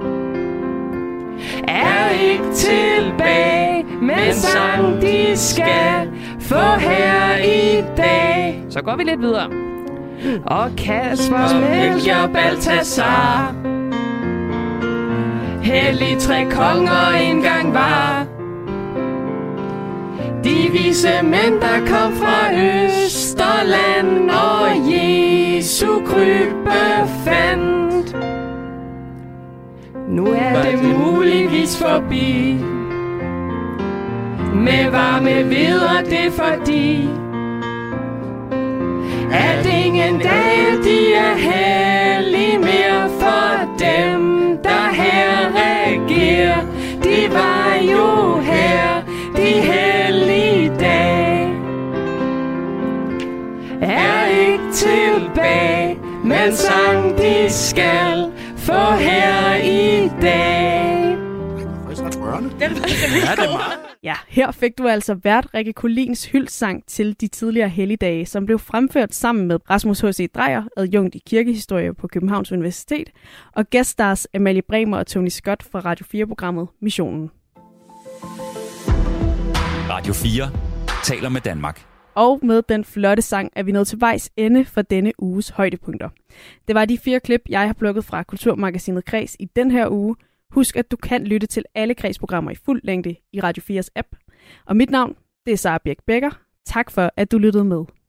er ikke tilbage, men sang de skal få her i dag. Så går vi lidt videre. Og Kasper, Melchior, Balthasar, hellige tre konger engang var. De vise mænd, der kom fra Østerland og Jesu krybbe fandt. Nu er det muligvis forbi. Med varme videre, det er fordi at ingen dage, de er hellige mere for dem, der her regerer. De var jo her, de hellige dage er ikke tilbage, men sang de skal få her i dag. Ja, her fik du altså vært Rikke Collins hyldesang til de tidligere helligdage, som blev fremført sammen med Rasmus H.C. Dreyer, adjunkt i kirkehistorie på Københavns Universitet, og gæststars Amalie Bremer og Tony Scott fra Radio 4-programmet Missionen. Radio 4 taler med Danmark. Og med den flotte sang er vi nået til vejs ende for denne uges højdepunkter. Det var de 4 klip, jeg har plukket fra Kulturmagasinet Kreds i den her uge. Husk, at du kan lytte til alle Kreds-programmer i fuld længde i Radio 4's app. Og mit navn, det er Sara Birk Becker. Tak for, at du lyttede med.